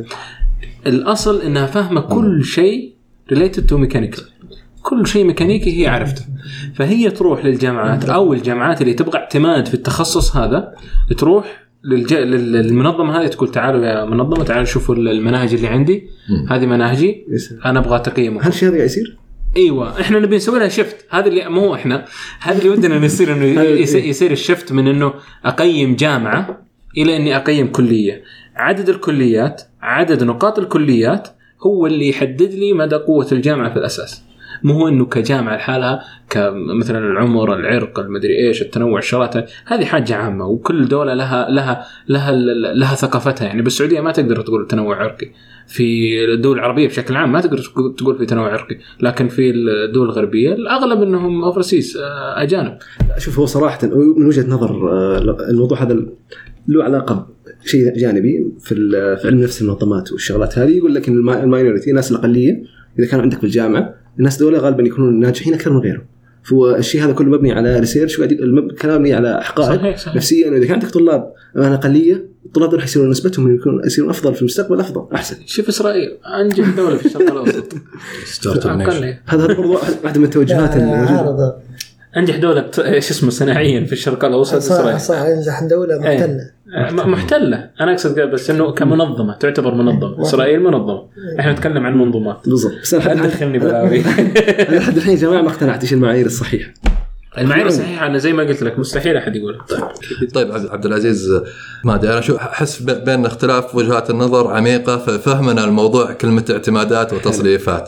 الأصل إنها فاهمة كل شيء related to mechanical، كل شيء ميكانيكي هي عرفته. فهي تروح للجامعات أو الجامعات اللي تبغى اعتماد في التخصص هذا، تروح للج... للمنظمة هذه تقول تعالوا يا منظمة تعالوا شوفوا المناهج اللي عندي، هذه مناهجي أنا أبغى تقييمها. هل شيء يصير؟ ايوه احنا نبي نسوي لها شفت. هذا اللي مو احنا، هذا اللي ودنا نصير انه يصير الشفت من انه اقيم جامعه الى اني اقيم كليه. عدد الكليات، عدد نقاط الكليات هو اللي يحدد لي مدى قوه الجامعه في الاساس، مو هو انه كجامعه لحالها كمثلا العمر، العرق، المدري ايش، التنوع، الشغلات هذه حاجه عامه، وكل دوله لها لها لها لها ثقافتها. يعني بالسعوديه ما تقدر تقول تنوع عرقي، في الدول العربيه بشكل عام ما تقدر تقول في تنوع عرقي، لكن في الدول الغربيه الاغلب انهم اوفرسيس اجانب. شوف هو صراحه من وجهه نظر الموضوع هذا له علاقه شيء جانبي في في علم نفس المنظمات والشغلات هذه. يقول لك ان الماينورتي، الناس الاقليه اذا كانوا عندك في الجامعه، الناس دول غالبا يكونون ناجحين اكثر من غيرهم. فالشيء هذا كله مبني على ريسيرش، الكلام مبني على حقائق نفسيه. انه اذا كان عندك طلاب انا اقليه، الطلاب دول حيصيرون نسبتهم يكون يصيرون افضل في المستقبل، افضل احسن. شوف اسرائيل انجح دوله في الشرق الاوسط. هذا هذا برضو واحده من التوجهات الموجوده. انجح دوله ايش اسمه صناعيا في الشرق الاوسط اسرائيل. صح انجح دوله محتله. ايه. محتله انا اقصد بس انه كمنظمه تعتبر منظمه. اسرائيل منظمه، احنا نتكلم عن منظمات بالضبط. بس انا دخلني بلاوي. انا لحد الحين يا جماعه ما اقتنعت ايش المعايير الصحيحه. المعايير الصحيحه انا زي ما قلت لك مستحيل احد يقولها. طيب طيب عبد العزيز، ما ادري انا شو احس بين اختلاف وجهات النظر عميقه في فهمنا الموضوع كلمه اعتمادات وتصنيفات.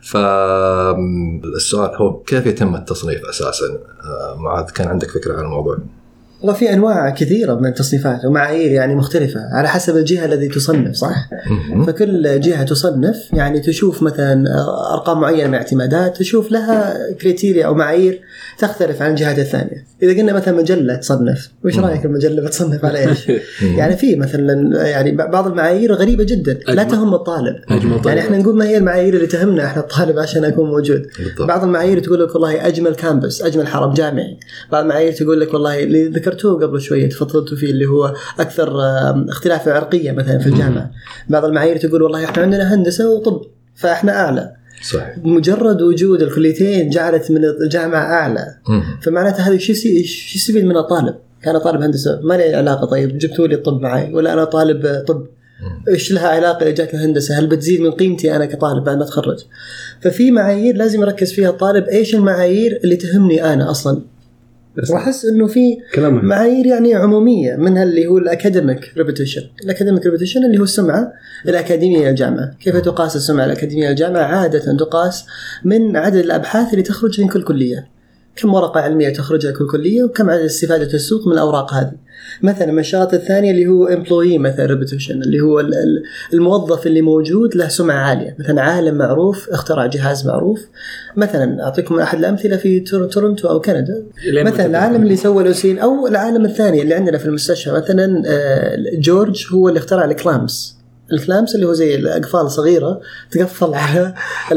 فالسؤال هو كيف يتم التصنيف اساسا؟ معاذ كان عندك فكره عن الموضوع؟ والله في أنواع كثيرة من التصنيفات ومعايير يعني مختلفة على حسب الجهة التي تصنف صح؟ فكل جهة تصنف يعني تشوف مثلا أرقام معينة من اعتمادات، تشوف لها كريتيريا أو معايير تختلف عن الجهات الثانية. إذا قلنا مثلا مجلة تصنف، وش رأيك المجلة بتصنف على إيش؟ يعني في مثلا يعني بعض المعايير غريبة جدا لا تهم الطالب. يعني إحنا نقول ما هي المعايير اللي تهمنا إحنا الطالب عشان أكون موجود. بعض المعايير تقول لك والله أجمل كامبس، أجمل حرم جامعي. بعض المعايير تقول لك والله اللي ذكرتوه قبل شوية تفضلتوا فيه اللي هو أكثر اختلاف عرقية مثلا في الجامعة. بعض المعايير تقول والله إحنا عندنا هندسة وطب فإحنا أعلى. صحيح. مجرد وجود الكليتين جعلت من الجامعة أعلى. فمعناته هذا شيء شيء يستفيد من الطالب. كان طالب هندسة ما له علاقة، طيب جبتوا لي الطب معي ولا أنا طالب طب إيش لها علاقة إذا جات الهندسة؟ هل بتزيد من قيمتي أنا كطالب بعد ما أتخرج؟ ففي معايير لازم يركز فيها الطالب. إيش المعايير اللي تهمني أنا أصلاً؟ وأحس إنه في معايير يعني عمومية منها اللي هو الأكاديميك ريبيتيشن. الأكاديميك ريبيتيشن اللي هو السمعة الأكاديمية للجامعة. كيف تقاس السمعة الأكاديمية للجامعة؟ عادة تقاس من عدد الأبحاث اللي تخرج من كل كلية، كم ورقة علمية تخرجها كل كلية وكم عدد استفادة السوق من الأوراق هذه. مثلا من الشغلات الثانية اللي هو employee مثلا reputation اللي هو الموظف اللي موجود له سمعة عالية. مثلا عالم معروف اخترع جهاز معروف، مثلا أعطيكم أحد الأمثلة في تورنتو أو كندا. مثلا العالم اللي سوى الأوسين، أو العالم الثاني اللي عندنا في المستشفى مثلا جورج هو اللي اخترع الكلامس. الكلامس اللي هو زي الأقفال صغيرة تقفل على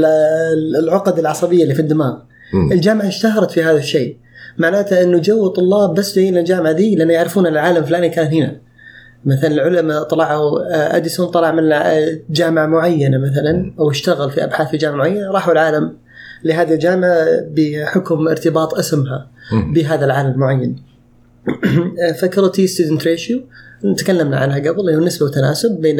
العقد العصبية اللي في الدماغ. الجامعة اشتهرت في هذا الشيء، معناته أنه جو طلاب بس جايين للجامعة دي لأن يعرفون العالم الفلاني كان هنا. مثلا العلماء طلعوا، أديسون طلع من جامعة معينة مثلا أو اشتغل في أبحاث في جامعة معينة، راحوا العالم لهذه الجامعة بحكم ارتباط اسمها بهذا العالم المعين. faculty student ratio تكلمنا عنها قبل، اللي هو نسبة وتناسب بين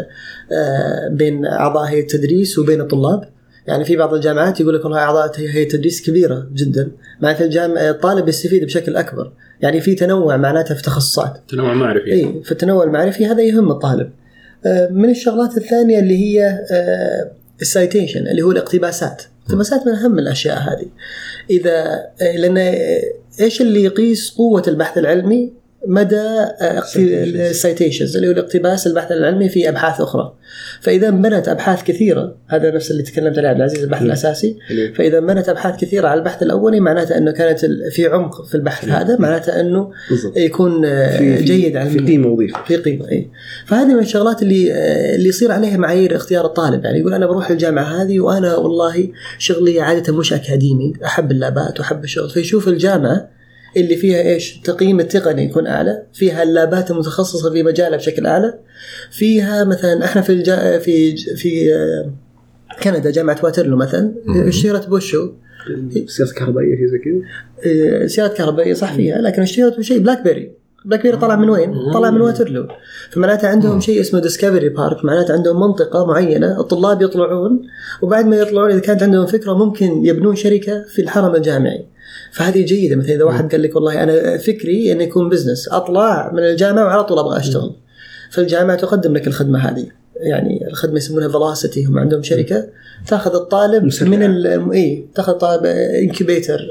بين أعضاء هيئة التدريس وبين الطلاب. يعني في بعض الجامعات يقول لك والله أعضاء هيئة التدريس كبيرة جدا، معناته الجامعة الطالب يستفيد بشكل أكبر. يعني في تنوع معناته في تخصصات، تنوع معرفي. إيه، في التنوع المعرفي هذا يهم الطالب. من الشغلات الثانية اللي هي السايتيشن اللي هو الاقتباسات. الاقتباسات من أهم الأشياء هذه. إذا لأن إيش اللي يقيس قوة البحث العلمي؟ مدى السايتيشنز اللي هو الاقتباس البحث العلمي في أبحاث أخرى. فإذا بنت أبحاث كثيرة، هذا نفس اللي تكلمت عليه عبد العزيز البحث الأساسي. فإذا بنت أبحاث كثيرة على البحث الأولي معناته أنه كانت في عمق في البحث هذا، معناته أنه يكون جيد على في قيمة وظيفة في قيمة. إيه. فهذه من الشغلات اللي اللي يصير عليها معايير اختيار الطالب. يعني يقول أنا بروح الجامعة هذه وأنا والله شغلي عادة مش أكاديمي، أحب اللابات وأحب الشغل. فيشوف الجامعة اللي فيها إيش تقييم التقني يكون أعلى، فيها اللابات المتخصصة في مجالها بشكل أعلى، فيها مثلا إحنا في الجا في في كندا جامعة واترلو مثلا اشتهرت بوشو سيارة كهربائية في زي كذا، سيارة كهربائية صح فيها، لكن اشتهرت بشيء بلاك بيري. بلاك بيري طلع من وين؟ طلع من واترلو. فمعناته عندهم شيء اسمه ديسكفري بارك، معناته عندهم منطقة معينة الطلاب يطلعون، وبعد ما يطلعون إذا كانت عندهم فكرة ممكن يبنون شركة في الحرم الجامعي. فهذه جيدة. مثلا إذا واحد قال لك والله أنا فكري أن يكون بزنس، أطلع من الجامعة وعلى طول أبغى أشتغل، فالجامعة تقدم لك الخدمة هذه. يعني الخدمة يسمونها فلاسيتي، هم عندهم شركة تأخذ الطالب من ال إيه تأخذ طالب إنكيبيتر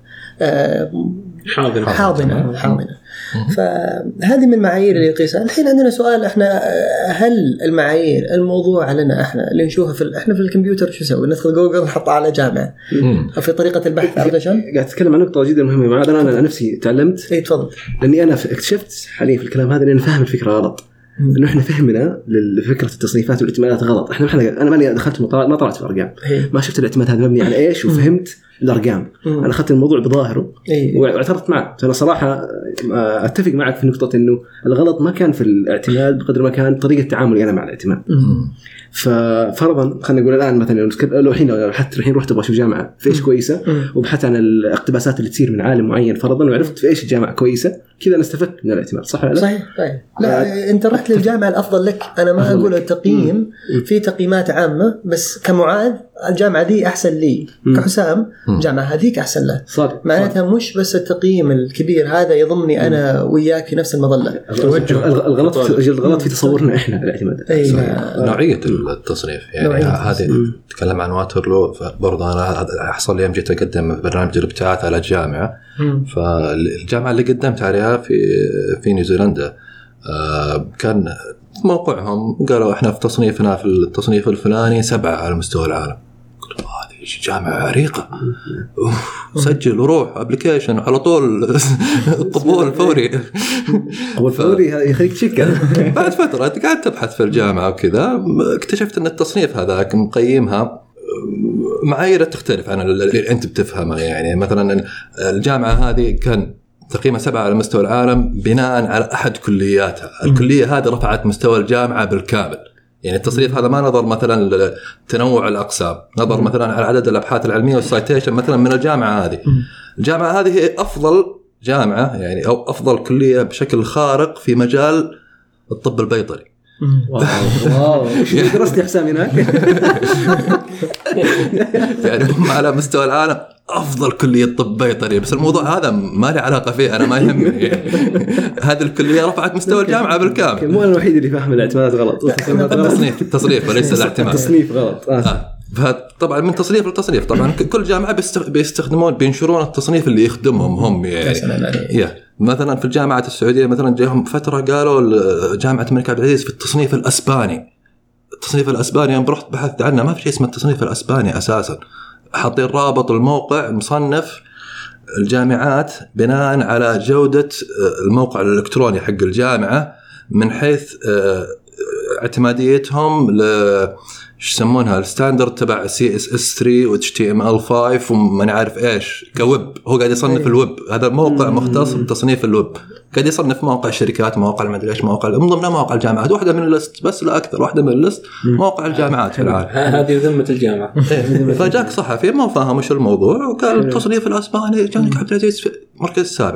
حاضنة حاضنة حاضنة. فهذه من المعايير اللي يقيسها. الحين عندنا سؤال، احنا هل المعايير الموضوع لنا احنا اللي نشوفها في احنا في الكمبيوتر شو نسوي؟ ندخل جوجل نحطها على جامعة في طريقة البحث. عرفت شلون؟ قاعد اتكلم عن نقطة جدا مهمة. معاذ انا انا نفسي تعلمت. اي تفضل. لاني انا اكتشفت حاليا في الكلام هذا اني فاهم الفكرة غلط. انه احنا فهمنا لفكره التصنيفات والاعتمادات غلط. احنا احنا انا ماني دخلت مطالع ما طلعت في ارقام، ما شفت الاعتماد هذا مبني على ايش، وفهمت الارقام. مم. انا اخذت الموضوع بظاهره أي. واعترضت معه. انا صراحه اتفق معك في نقطه انه الغلط ما كان في الاعتماد بقدر ما كان طريقه تعاملي انا مع الاعتماد. ففرضا خلينا نقول الان مثلا لو الحين لو حتى الحين رحت ابغى اشوف جامعه في ايش كويسه وبحثت عن الاقتباسات اللي تصير من عالم معين فرضا وعرفت في ايش الجامعه كويسه كذا انا استفدت من الاعتماد. صح ولا لا؟ صحيح صحيح. لا انت رحت للجامعه الافضل لك. انا ما اقول التقييم في تقييمات عامه بس كمعاذ الجامعه دي احسن لي كحسام الجامعه هذيك احسن له. صادق. معناتها مش بس التقييم الكبير هذا يضمني انا وياك في نفس المظله. توجه الغلط في الغلط في تصورنا احنا الاعتماد. أي نوعيه التصنيف يعني هذه تكلم عن واترلو برضه انا حصل لي يوم جيت اقدم برنامج الابتعاث على الجامعه. فالجامعه اللي قدمت عليها في في نيوزيلندا كان موقعهم قالوا احنا في تصنيفنا في التصنيف الفلاني سبعة على مستوى العالم. قلت هذه جامعه عريقه سجل وروح ابلكيشن على طول قبول فوري. قبول فوري يخليك تشك. بعد فتره قعدت تبحث في الجامعه وكذا اكتشفت ان التصنيف هذاك مقيمها معايير تختلف عن اللي انت بتفهمها. يعني مثلا الجامعه هذه كان تقييمها سبعة على مستوى العالم بناء على أحد كلياتها. الكلية هذه رفعت مستوى الجامعة بالكامل. يعني التصنيف هذا ما نظر مثلا لتنوع الأقسام، نظر مثلا على عدد الأبحاث العلمية والسايتيشن مثلا من الجامعة هذه. الجامعة هذه هي أفضل جامعة يعني أو أفضل كلية بشكل خارق في مجال الطب البيطري. واو واو ايش درست يا حسام هناك؟ يعني هم على مستوى العالم افضل كليه طب بيطري. بس الموضوع هذا ما له علاقه فيه انا ما يهمني يعني. هذه الكليه رفعت مستوى الجامعه بالكامل. مو انا الوحيد اللي فاهم الاعتماد غلط. التصنيف التصنيف وليس الاعتماد. تصنيف غلط. آه. فطبعا من تصنيف لتصنيف طبعا كل جامعه بيستخدمون بينشرون التصنيف اللي يخدمهم هم يعني. يا مثلا في الجامعه السعوديه مثلا جاهم فتره قالوا جامعه الملك عبد العزيز في التصنيف الاسباني. التصنيف الاسباني انا رحت بحثت عنه ما في شيء اسمه التصنيف الاسباني اساسا. حاطين رابط الموقع مصنف الجامعات بناء على جوده الموقع الالكتروني حق الجامعه من حيث اعتماديتهم ل ايش يسمونها الستاندرد تبع سي اس اس ثري و اتش تي ام ال فايف وما نعرف ايش كويب. هو قاعد يصنف الويب. هذا موقع مختص بتصنيف الويب قاعد يصنف مواقع الشركات مواقع المدري ايش مواقع من ضمنها مواقع الجامعات. واحده من الليست بس لا اكثر واحده من الليست مواقع الجامعات في العالم. هذه ذمه الجامعه. فجاك صحفي ما فاهم وش الموضوع وقال التصنيف الاسباني جامعه عبد العزيز في المركز السابع.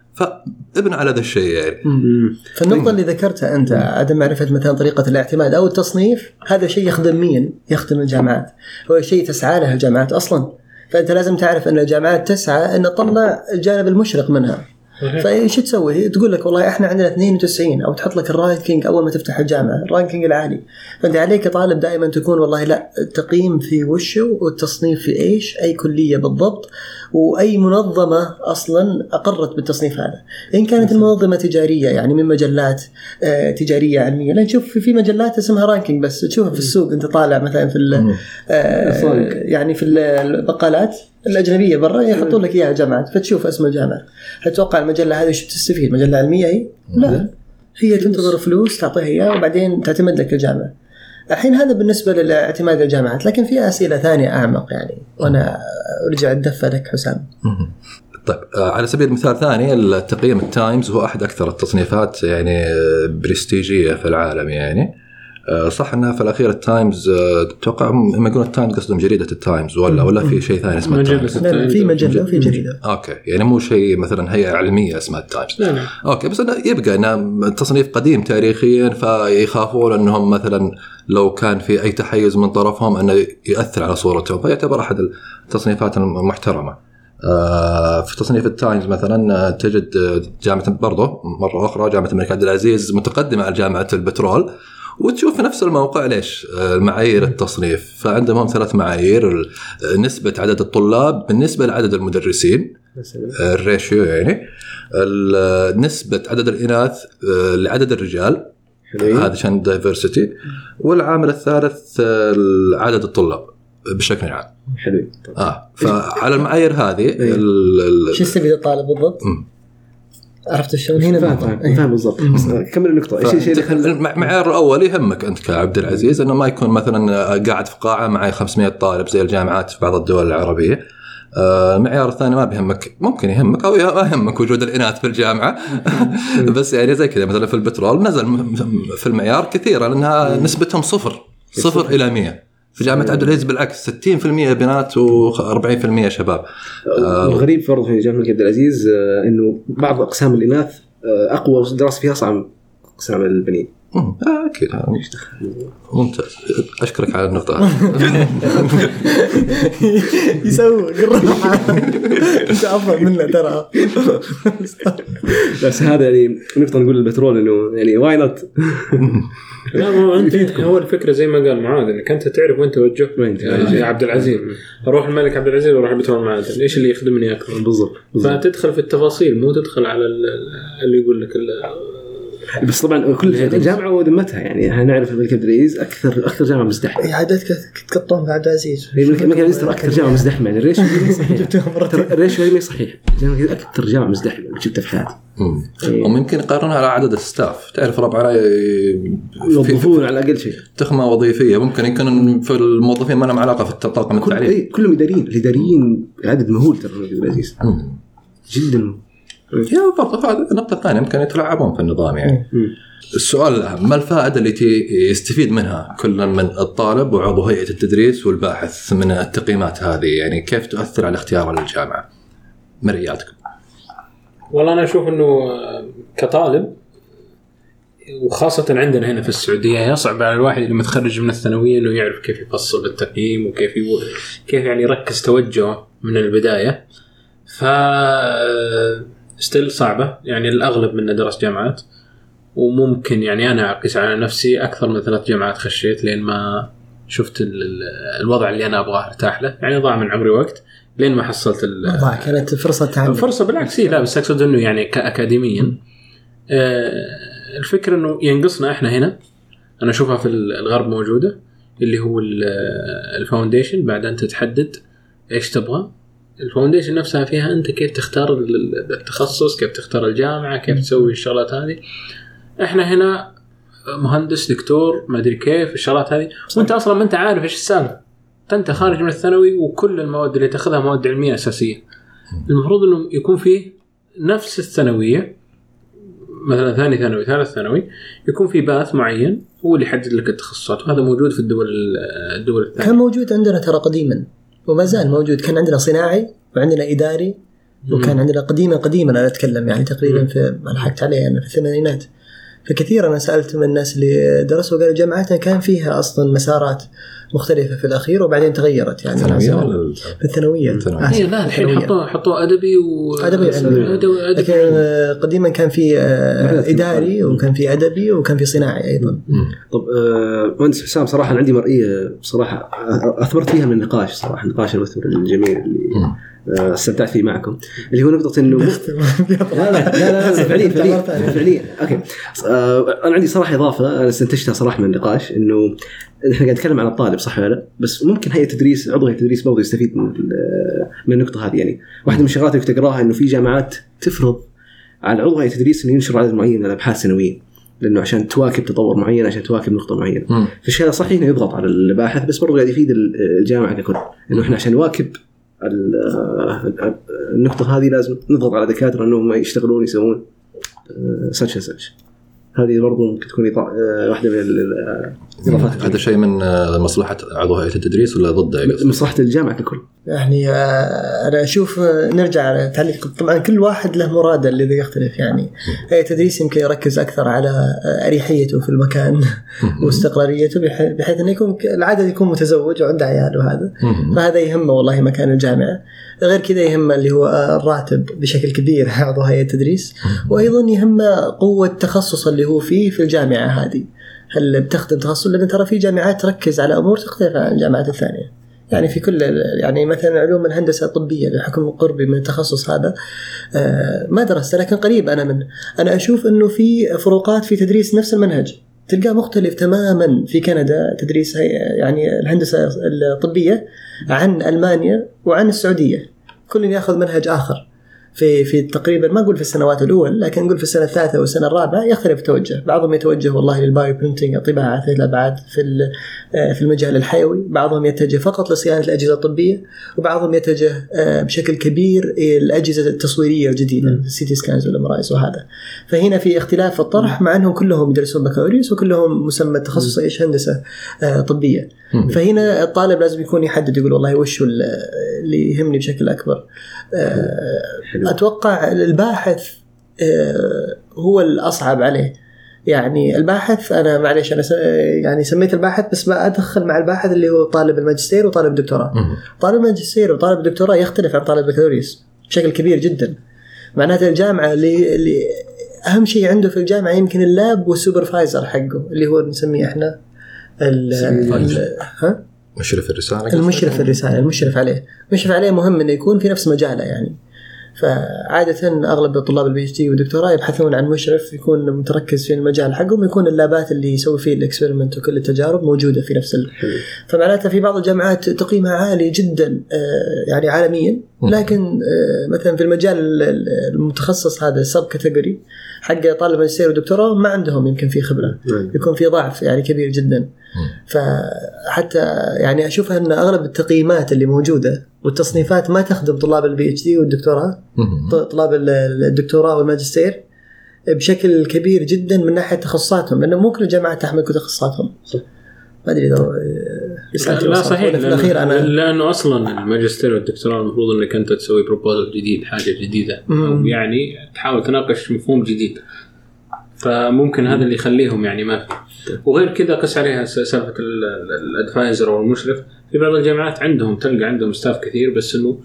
فابن على ذا الشيء يعني. فالنقطة اللي ذكرتها أنت عدم معرفة مثلا طريقة الاعتماد أو التصنيف هذا شيء يخدم مين؟ يخدم الجامعات. هو شيء تسعى له الجامعات أصلا. فأنت لازم تعرف أن الجامعات تسعى أن تطلع الجانب المشرق منها. فايش تسوي؟ تقول لك والله احنا عندنا اثنين وتسعين او تحط لك الرانكينج اول ما تفتح الجامعه الرانكينج العالي. فانت عليك طالب دائما تكون والله لا التقييم في وشه والتصنيف في ايش اي كليه بالضبط واي منظمه اصلا اقرت بالتصنيف هذا. ان كانت المنظمه تجاريه يعني من مجلات آه تجاريه علميه لا نشوف في مجلات اسمها رانكينج بس تشوفها في السوق انت طالع مثلا في آه يعني في البقالات الأجنبية برا يحطون لك إياها جامعات فتشوف اسم الجامعة. هتوقع المجلة هذه شو بتستفيد؟ مجلة علمية هي؟ لا هي تنتظر فلوس تعطيها إياها وبعدين تعتمد لك الجامعة. الحين هذا بالنسبة للاعتماد الجامعات. لكن في أسئلة ثانية أعمق يعني وأنا أرجع الدفة لك حسام. طيب على سبيل المثال ثاني التقييم التايمز هو أحد أكثر التصنيفات يعني برستيجية في العالم يعني. صح انها في الاخير التايمز اتوقع ما يقولون التايمز قصدهم جريده التايمز ولا ولا في شيء ثاني اسمه التايمز. لا في مجله وفي جريده. اوكي يعني مو شيء مثلا هيئه علميه اسمها التايمز. اوكي بس يبقى انه التصنيف قديم تاريخيا فيخافون انهم مثلا لو كان في اي تحيز من طرفهم انه ياثر على صورتهم فيعتبر احد التصنيفات المحترمه. في تصنيف التايمز مثلا تجد جامعه برضه مره اخرى جامعه الملك عبد العزيز متقدمه على جامعه البترول وتشوف في نفس الموقع ليش معايير التصنيف. فعندهم ثلاث معايير نسبة عدد الطلاب بالنسبة لعدد المدرسين الريشيو يعني نسبة عدد الإناث لعدد الرجال هذا عشان دايفرسيتي والعامل الثالث عدد الطلاب بشكل عام. حلو. آه فعلى المعايير هذه شو يستفيد الطالب بالضبط؟ م. عرفت شلون هنا فاهم فاهم بالضبط. كمل النقطه. ايش الشيء اللي خلى المعيار الاول يهمك انت كعبد العزيز انه ما يكون مثلا قاعد في قاعه معي خمسمية طالب زي الجامعات في بعض الدول العربيه. المعيار الثاني ما بيهمك، ممكن يهمك أو يهمك وجود الإناث في الجامعة بس يعني زي كذا مثلا في البترول نزل في المعيار كثيرا لأنها نسبتهم صفر صفر إلى مية. في جامعة عبد العزيز بالعكس ستين بالمئة بنات وأربعين بالمئة شباب. الغريب فرض في جامعة عبد العزيز إنه بعض أقسام الإناث أقوى دراسة فيها صعب أقسام البنين. أكيد ممتاز، أشكرك على النقطة هذه. يسوي قرب أنت أفضل منه ترى. بس هذا يعني نقطة نقول البترول إنه يعني واي نوت. لا هو أنت هو الفكرة زي ما قال معاذ إنك أنت تعرف وين توجه يا عبد العزيز، أروح الملك عبد العزيز وأروح البترول معاذ، إيش اللي يخدمني أكثر بالضبط. فتدخل في التفاصيل مو تدخل على اللي يقول لك. بس طبعا كل جامعة وذمتها، يعني احنا نعرف الملك عبد العزيز أكثر أكثر جامعة مزدحمة. إيه عادات تقطعون في عبد العزيز. هي الملك عبد العزيز ترى أكثر جامعة مزدحمة، يعني الريشيو الريشيو ما صحيح. جامعة أكثر جامعة مزدحمة شفتها في حياتي. وممكن يقارنها على عدد الستاف، تعرف ربع على يوظفون على أقل شيء تخمة وظيفية، ممكن يكون في الموظفين ما لهم علاقة في الطاقم التعليمي. كل كلهم إداريين، الإداريين عدد مهول ترى الملك عبد العزيز جدا. يا برضه هذا النقطة الثانية ممكن يتلاعبون في النظام يعني. السؤال الأهم، ما الفائدة اللي يستفيد منها كل من الطالب وعضو هيئة التدريس والباحث من التقييمات هذه؟ يعني كيف تؤثر على اختيار الجامعة؟ مرياتكم. والله أنا أشوف إنه كطالب وخاصة عندنا هنا في السعودية يصعب على الواحد اللي متخرج من الثانوية إنه يعرف كيف يفصل بالتقييم وكيف يو... كيف يعني يركز توجهه من البداية. ف ستيل صعبة، يعني الأغلب من درس جامعات، وممكن يعني أنا أقيس على نفسي أكثر من ثلاث جامعات خشيت لين ما شفت الوضع اللي أنا أبغاه ارتاح له، يعني ضاع من عمري وقت لين ما حصلت ضاع. كانت فرصة تعلم، فرصة بالعكس. لا بس أقصد إنه يعني كأكاديميا الفكرة إنه ينقصنا إحنا هنا. أنا أشوفها في الغرب موجودة اللي هو الفاونديشن، بعد أنت تحدد إيش تبغى. الفاونديشن نفسها فيها أنت كيف تختار التخصص، كيف تختار الجامعة، كيف تسوي الشغلات هذه. إحنا هنا مهندس دكتور ما أدري كيف الشغلات هذه، وأنت أصلاً ما أنت عارف إيش السالفة. أنت خارج من الثانوي وكل المواد اللي تأخذها مواد علمية أساسية. المفروض إنه يكون فيه نفس الثانوية، مثلاً ثاني ثانوي ثالث ثانوي، يكون في باث معين هو اللي يحدد لك التخصصات، وهذا موجود في الدول الدول الثانية. كان موجود عندنا ترى قديماً وما زال موجود. كان عندنا صناعي وعندنا إداري، وكان عندنا قديما قديما أنا أتكلم يعني تقريبا في ما لحقت عليه أنا في الثمانينات. فكثير أنا سألت من الناس اللي درسوا قالوا جامعاتنا كان فيها أصلا مسارات مختلفة في الأخير وبعدين تغيرت يعني في الثانوية. آه لا الحين حطوا حطوا أدبي وأدبي لكن قديما كان في إداري وكان في أدبي وكان في صناعي أيضا. طب مهندس حسام صراحة عندي مرئية صراحة أثمرت فيها من النقاش، صراحة النقاش المثمر الجميل اللي استمتعت فيه معكم، اللي هو نقطة إنه لا لا لا لا فعليا فعليا فعليا أوكي. أنا عندي صراحة إضافة أنا استنتجتها صراحة من النقاش، إنه إحنا قاعد نتكلم عن الطالب صح ولا لا، بس ممكن هيئة التدريس عضو هيئة التدريس برضه يستفيد من من النقطة هذه. يعني واحدة من الشغلات اللي تقراها إنه في جامعات تفرض على عضو هيئة التدريس إنه ينشر عدد معين من الأبحاث سنويا، لأنه عشان تواكب تطور معين، عشان تواكب نقطة معينة. فالشيء هذا صحيح إنه يضغط على الباحث، بس برضه قاعد يفيد الجامعة ككل، إنه إحنا عشان نواكب النقطة هذه لازم نضغط على دكاترة أنهم يشتغلون يسوون ساتش ساتش. هذه برضو ممكن تكون واحدة من الإضافات. هذا شيء من مصلحة عضو هيئة التدريس ولا ضده؟ مصلحة الجامعة ككل. يعني أنا أشوف نرجع على تعليق، طبعا كل واحد له مراده الذي يختلف. يعني هيئة التدريس يمكن يركز أكثر على أريحيته في المكان واستقراريته، بحيث أن يكون العدد يكون متزوج وعنده عيال وهذا، فهذا يهمه والله مكان الجامعة. غير كذا يهم اللي هو الراتب بشكل كبير عضو هيئة التدريس، وأيضا يهم قوة تخصص اللي هو فيه في الجامعة هذه. هل بتخدم تخصص؟ لأن ترى في جامعات تركز على أمور تختلف عن الجامعات الثانية. يعني في كل يعني مثلا علوم الهندسة الطبية بحكم قربي من التخصص هذا ما درست، لكن قريب أنا من أنا أشوف إنه في فروقات في تدريس نفس المنهج تلقاه مختلف تماما. في كندا تدريس يعني الهندسة الطبية عن ألمانيا وعن السعودية، كل يأخذ منهج آخر. في في تقريبا ما أقول في السنوات الأول، لكن نقول في السنة الثالثة والسنة الرابعة يختلف التوجه. بعضهم يتوجه والله للبايو برينتينج، الطباعة ذات الأبعاد في في المجال الحيوي، بعضهم يتجه فقط لصيانة الأجهزة الطبية، وبعضهم يتجه بشكل كبير إلى الأجهزة التصويرية الجديدة السي تي سكانز والإمرايز وهذا. فهنا في اختلاف في الطرح، مع أنهم كلهم يدرسون بكالوريوس وكلهم مسمى التخصص إيش هندسة طبية. فهنا الطالب لازم يكون يحدد، يقول والله وش اللي يهمني بشكل أكبر. أتوقع الباحث هو الأصعب عليه. يعني الباحث أنا معليش أنا يعني سميت الباحث، بس ما أدخل مع الباحث اللي هو طالب الماجستير وطالب الدكتوراه. طالب الماجستير وطالب الدكتوراه يختلف عن طالب البكالوريوس بشكل كبير جدا. معناته الجامعة اللي, اللي أهم شيء عنده في الجامعة يمكن اللاب والسوبرفايزر حقه اللي هو نسميه إحنا ال ها مشرف الرسالة. المشرف الرسالة المشرف عليه مشرف عليه مهم إنه يكون في نفس مجاله. يعني فعادة أغلب طلاب البي اتش دي والدكتوراه يبحثون عن مشرف يكون متركز في المجال حقهم، يكون اللابات اللي يسوي فيه الإكسبيرمنت وكل التجارب موجودة في نفس ال... فمعناتها في بعض الجامعات تقييمها عالي جدا يعني عالميا، لكن مثلا في المجال المتخصص هذا السب كاتيجوري حق طالب الماجستير والدكتوراه ما عندهم يمكن في خبرة، يكون في ضعف يعني كبير جدا. فحتى يعني أشوف أن أغلب التقييمات اللي موجودة والتصنيفات ما تخدم طلاب البي اتش دي والدكتوراه، طلاب الدكتوراه والماجستير بشكل كبير جدا من ناحية تخصصاتهم، لأنه مو كل الجامعات تحمل كل تخصصاتهم. ما أدري إذا لا صحيح، في الأخير أنا لأنه أصلا الماجستير والدكتوراه المفروض أنك أنت تسوي بروبوزل جديد، حاجة جديدة، أو يعني تحاول تناقش مفهوم جديد، فممكن هذا اللي يخليهم يعني ما في. وغير كذا قس عليها سالفة الادفايزر أو المشرف. في بعض الجامعات عندهم تلقى عندهم ستاف كثير، بس إنه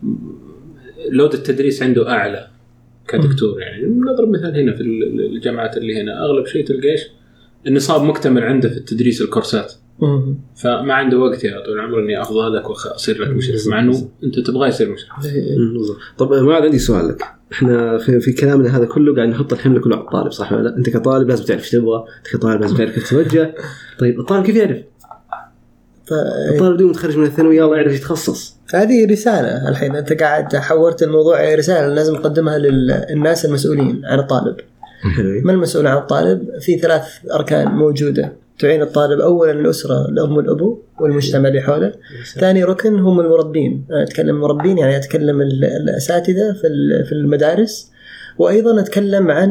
لود التدريس عنده أعلى كدكتور. يعني نضرب مثال هنا في الجامعات اللي هنا أغلب شيء تلقاش النصاب مكتمل عنده في التدريس الكورسات، فما عنده وقت يا طول العمر إني أفضلك وأصير لك مشرف، مع إنه أنت تبغى يصير مشرف. طب ما عندي سؤال لك. احنا في, في كلامنا هذا كله قاعد نحط الحمل كله على الطالب، صح ولا لا؟ انت كطالب لازم تعرف ايش تبغى، انت كطالب لازم تعرف كيف تتوجه. طيب الطالب كيف يعرف؟ الطالب دوم متخرج من الثانويه يلا يعرف يتخصص. هذه رساله الحين انت قاعد حورت الموضوع رساله لازم نقدمها للناس المسؤولين عن الطالب. من المسؤول عن الطالب؟ في ثلاث اركان موجوده تعين الطالب. أولا الأسرة، الأم والأبو والمجتمع اللي حوله. ثاني ركن هم المربين، أتكلم المربين يعني أتكلم الأساتذة في المدارس، وأيضا أتكلم عن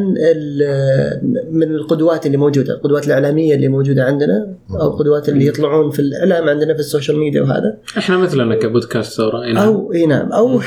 من القدوات اللي موجودة، القدوات الإعلامية اللي موجودة عندنا، أو القدوات اللي يطلعون في الإعلام عندنا في السوشيال ميديا وهذا. إحنا مثلنا كبودكاست ثورة. أو إيه نعم. أو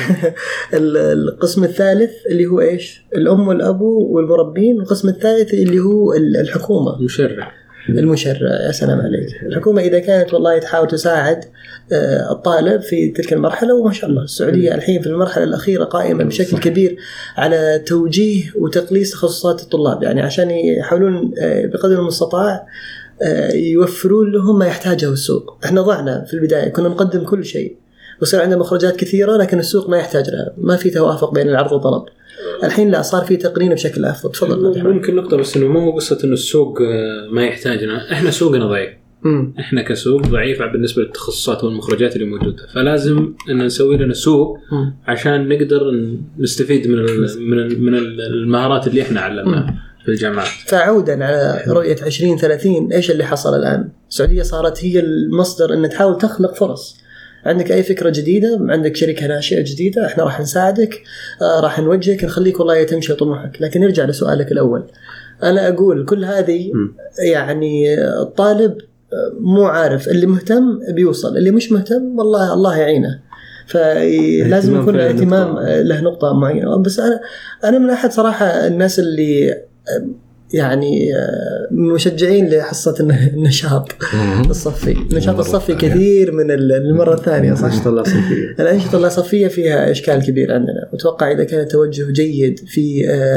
القسم الثالث اللي هو إيش؟ الأم والأبو والمربين. والقسم الثالث اللي هو الحكومة، المشرع. المشرع يا سلام عليك. الحكومة إذا كانت والله تحاول تساعد الطالب في تلك المرحلة، وما شاء الله السعودية الحين في المرحلة الأخيرة قائمة بشكل كبير على توجيه وتقليص تخصصات الطلاب، يعني عشان يحاولون بقدر المستطاع يوفرون لهم ما يحتاجه السوق. احنا ضعنا في البداية، كنا نقدم كل شيء وصار عندنا مخرجات كثيرة، لكن السوق ما يحتاج لها، ما في توافق بين العرض والطلب. الحين لا، صار في تقنين بشكل أفضل. تفضل. ممكن نقطة بس إنه مو قصة إنه السوق ما يحتاجنا، إحنا سوقنا ضعيف. مم. إحنا كسوق ضعيف بالنسبة للتخصصات والمخرجات اللي موجودة، فلازم إن نسوي لنا سوق مم. عشان نقدر نستفيد من من من المهارات اللي إحنا علمناها في الجامعات. فعودا على رؤية عشرين ثلاثين، إيش اللي حصل الآن؟ السعودية صارت هي المصدر إن تحاول تخلق فرص. عندك أي فكرة جديدة، عندك شركة ناشئة جديدة، إحنا راح نساعدك، آه راح نوجهك، نخليك والله تمشي طموحك. لكن نرجع لسؤالك الأول، أنا أقول كل هذه م. يعني الطالب مو عارف، اللي مهتم بيوصل، اللي مش مهتم والله الله يعينه. فلازم يكون اهتمام له نقطة معينة. بس أنا أنا من أحد صراحة الناس اللي يعني مشجعين لحصة النشاط الصفي. النشاط الصفي كثير من المرة الثانية، صح؟ الأنشطة الصفية. الأنشطة الصفية فيها إشكال كبير عندنا، وأتوقع إذا كان توجه جيد في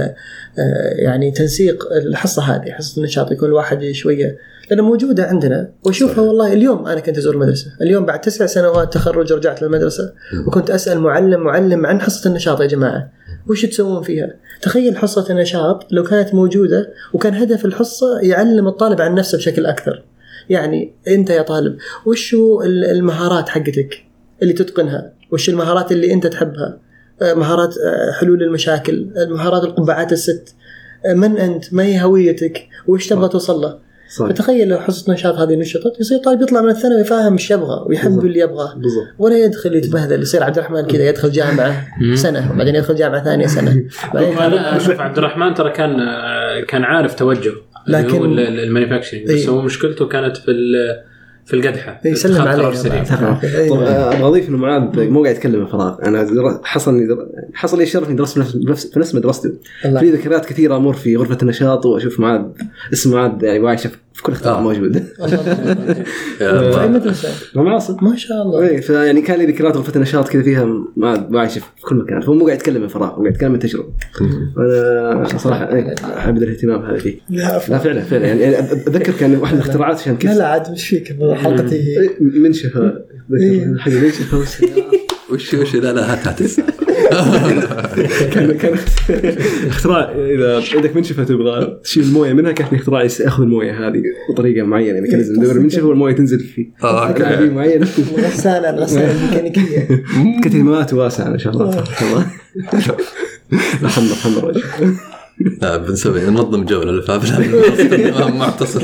يعني تنسيق الحصة هذه، حصة النشاط، يكون الواحد شوية، لأنها موجودة عندنا وأشوفها. والله اليوم أنا كنت أزور المدرسة، اليوم بعد تسع سنوات تخرج رجعت للمدرسة وكنت أسأل معلم معلم عن حصة النشاط. يا جماعة وش تسوون فيها؟ تخيل حصة النشاط لو كانت موجودة وكان هدف الحصة يعلم الطالب عن نفسه بشكل أكثر. يعني أنت يا طالب وش المهارات حقتك اللي تتقنها، وش المهارات اللي أنت تحبها، مهارات حلول المشاكل، مهارات القبعات الست، من أنت، ما هي هويتك، وإيش تبغى توصل له. فتخيل لو حصة نشاط هذه نشطت يصير طالب يطلع من الثانوي فاهم إيش يبغى ويحب اللي يبغاه، ولا يدخل يتبهدل يصير عبد الرحمن كذا يدخل جامعة سنة وبعدين يدخل جامعة ثانية سنة. أنا أشوف عبد الرحمن ترى كان كان عارف توجه لكن المانيفاكتشرينج، بس هو مشكلته كانت في في القدحة. يسلم عليه. طب أبغى أضيف إنه معاذ مو قاعد يتكلم من فراغ. أنا حصلني حصل لي الشرف إني درست في نفس في نفس مدرسته. في ذكريات كثيرة أمر في غرفة النشاط وأشوف معاذ اسم معاذ يعني واعي في كل اختراع موجود. في مدرسة معاصر ما شاء الله. إيه فيعني كان لي ذكريات غرفة النشاط كذا فيها معاذ واعي في كل مكان، فهو مو قاعد يتكلم من فراغ، هو قاعد يتكلم من تجربة. أنا صراحة إيه أحب الاهتمام هذا فيه. لا فعلا فعلا يعني أتذكر كان واحد من الاختراعات عشان كذا. لا عاد مش فيك حلقتي منشفة حاجة منشفة وش وش لا لا هات هات كان كان اختراع اذا عندك منشفه تبغى تشيل المويه منها، كان اختراع ياخذ المويه هذه بطريقه معينه، يعني كان يدور المنشفه والمويه تنزل فيه اه معين. غساله الغساله الميكانيكيه كتمات واسعه ان شاء الله. الله الحمد الحمد لله. لا بنسوي ننظم جولة للفافلة معتصل.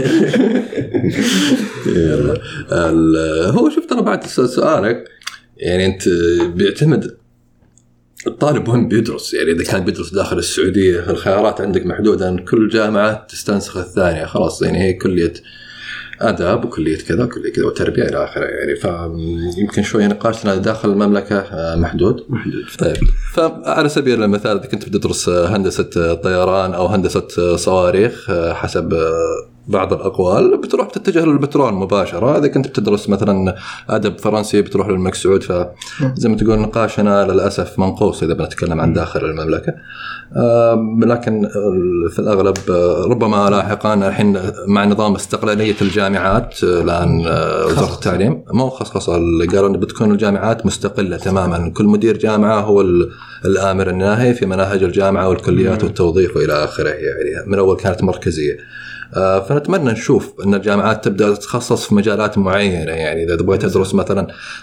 هو شوف ترى بعد سؤالك يعني أنت بيعتمد الطالب وين بيدرس، يعني إذا كان بيدرس داخل السعودية الخيارات عندك محدودة، كل جامعة تستنسخ الثانية خلاص، يعني هي كلية آداب وكلية كذا وكلية كذا وتربية إلى آخره، يعني فيمكن شوية نقاشنا داخل المملكة محدود. محدود. طيب فعلى سبيل المثال إذا كنت بتدرس هندسة طيران أو هندسة صواريخ حسب بعض الأقوال بتروح تتجه للبترول مباشرة. إذا كنت بتدرس مثلا أدب فرنسي بتروح للملك سعود. فزي ما تقول نقاشنا للأسف منقوص إذا بنتكلم عن داخل المملكة، لكن في الأغلب ربما لاحقا الحين مع نظام استقلالية الجامعات الآن وزارة التعليم مو خصخصة اللي قالوا أن بتكون الجامعات مستقلة تماما، كل مدير جامعة هو الآمر الناهي في مناهج الجامعة والكليات والتوظيف وإلى آخره، يعني من أول كانت مركزية. فنتمنى نشوف أن الجامعات تبدأ تتخصص في مجالات معينة، يعني إذا تبغى تدرس مثلا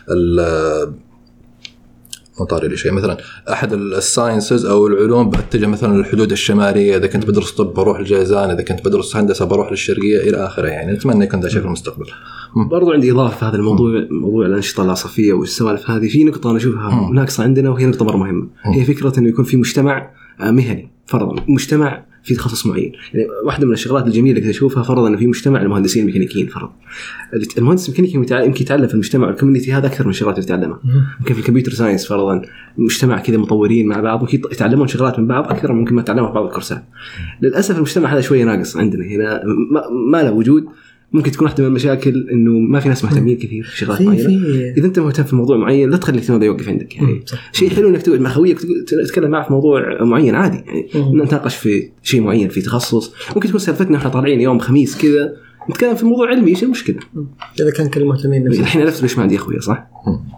مطاري لشيء مثلا أحد الساينسز أو العلوم بتجه مثلا للحدود الشمالية، إذا كنت بدرس طب بروح الجيزان، إذا كنت بدرس هندسة بروح للشرقية إلى آخره، يعني نتمنى يكون ذا شيء في المستقبل. برضو عندي إضافة في هذا الموضوع، موضوع الأنشطة العصفية والسوالف هذه، في نقطة أنا أشوفها ناقصة عندنا وهي نقطة مرة مهمة، هي فكرة إنه يكون في مجتمع مهني، فرضا مجتمع في تخصص معين. يعني واحدة من الشغلات الجميلة اللي أشوفها فرضا إنه في مجتمع المهندسين الميكانيكيين، فرضا المهندس الميكانيكي يمكن يتعلم في المجتمع والكوميونتي هذا أكثر من الشغلات اللي يتعلمها. ممكن في الكمبيوتر ساينس فرضا مجتمع كذا مطورين مع بعض ممكن يتعلمون شغلات من بعض أكثر ممكن ما يتعلموا في بعض الكورسات. للأسف المجتمع هذا شوية ناقص عندنا هنا، ما له وجود. ممكن تكون واحدة من المشاكل إنه ما في ناس مهتمين كثير في شغلات معينة. إذا أنت مهتم في موضوع معين لا تخلي الاهتمام هذا يوقف عندك، يعني شيء حلو إنك تقعد مع خويك تتكلم معه في موضوع معين عادي، يعني نتناقش في شيء معين في تخصص. ممكن تكون سالفتنا إحنا طالعين يوم خميس كذا نتكلم في موضوع علمي، إيش المشكلة إذا كان كل مهتمين. الحين عرفت ليش ما عندي أخويا صح؟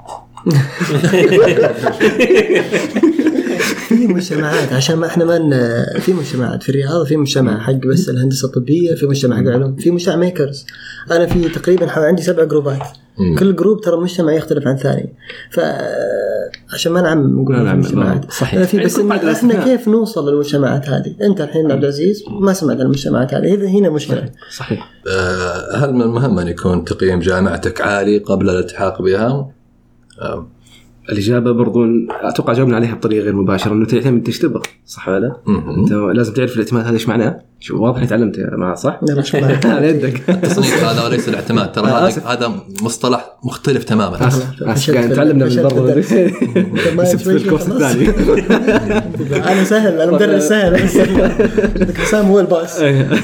في مجتمعات عشان ما احنا ما في مجتمعات في الرياض، في مجتمع حق بس الهندسة الطبية، في مجتمع حق العلوم، في مجتمع ميكرز. أنا في تقريبا عندي سبع جروبات، كل جروب ترى مجتمع يختلف عن ثاني، فعشان ما نعم نقول المجتمعات صحيح. في بس احنا كيف نوصل للمجتمعات هذه؟ أنت الحين عبد العزيز ما سمعت عن المجتمعات هذه، إذا هنا مشكلة. صحيح. أه هل من المهم أن يكون تقييم جامعتك عالي قبل الالتحاق بها؟ أه الإجابة برضو أتوقع جاوبنا عليها بطريقة غير مباشرة، إنه تعتمد إيش تبغى، صح ولا لا؟ أنت لازم تعرف الاعتماد هذا إيش معناه. شو واضح تعلمت مع صح؟ لا شو على يدك. التصنيف هذا وليس الاعتماد، ترى هذا هذا مصطلح مختلف تماما. يعني تعلمنا من برضو في الكورس الثاني. أنا سهل، أنا مدرس سهل، حسام هو الباص.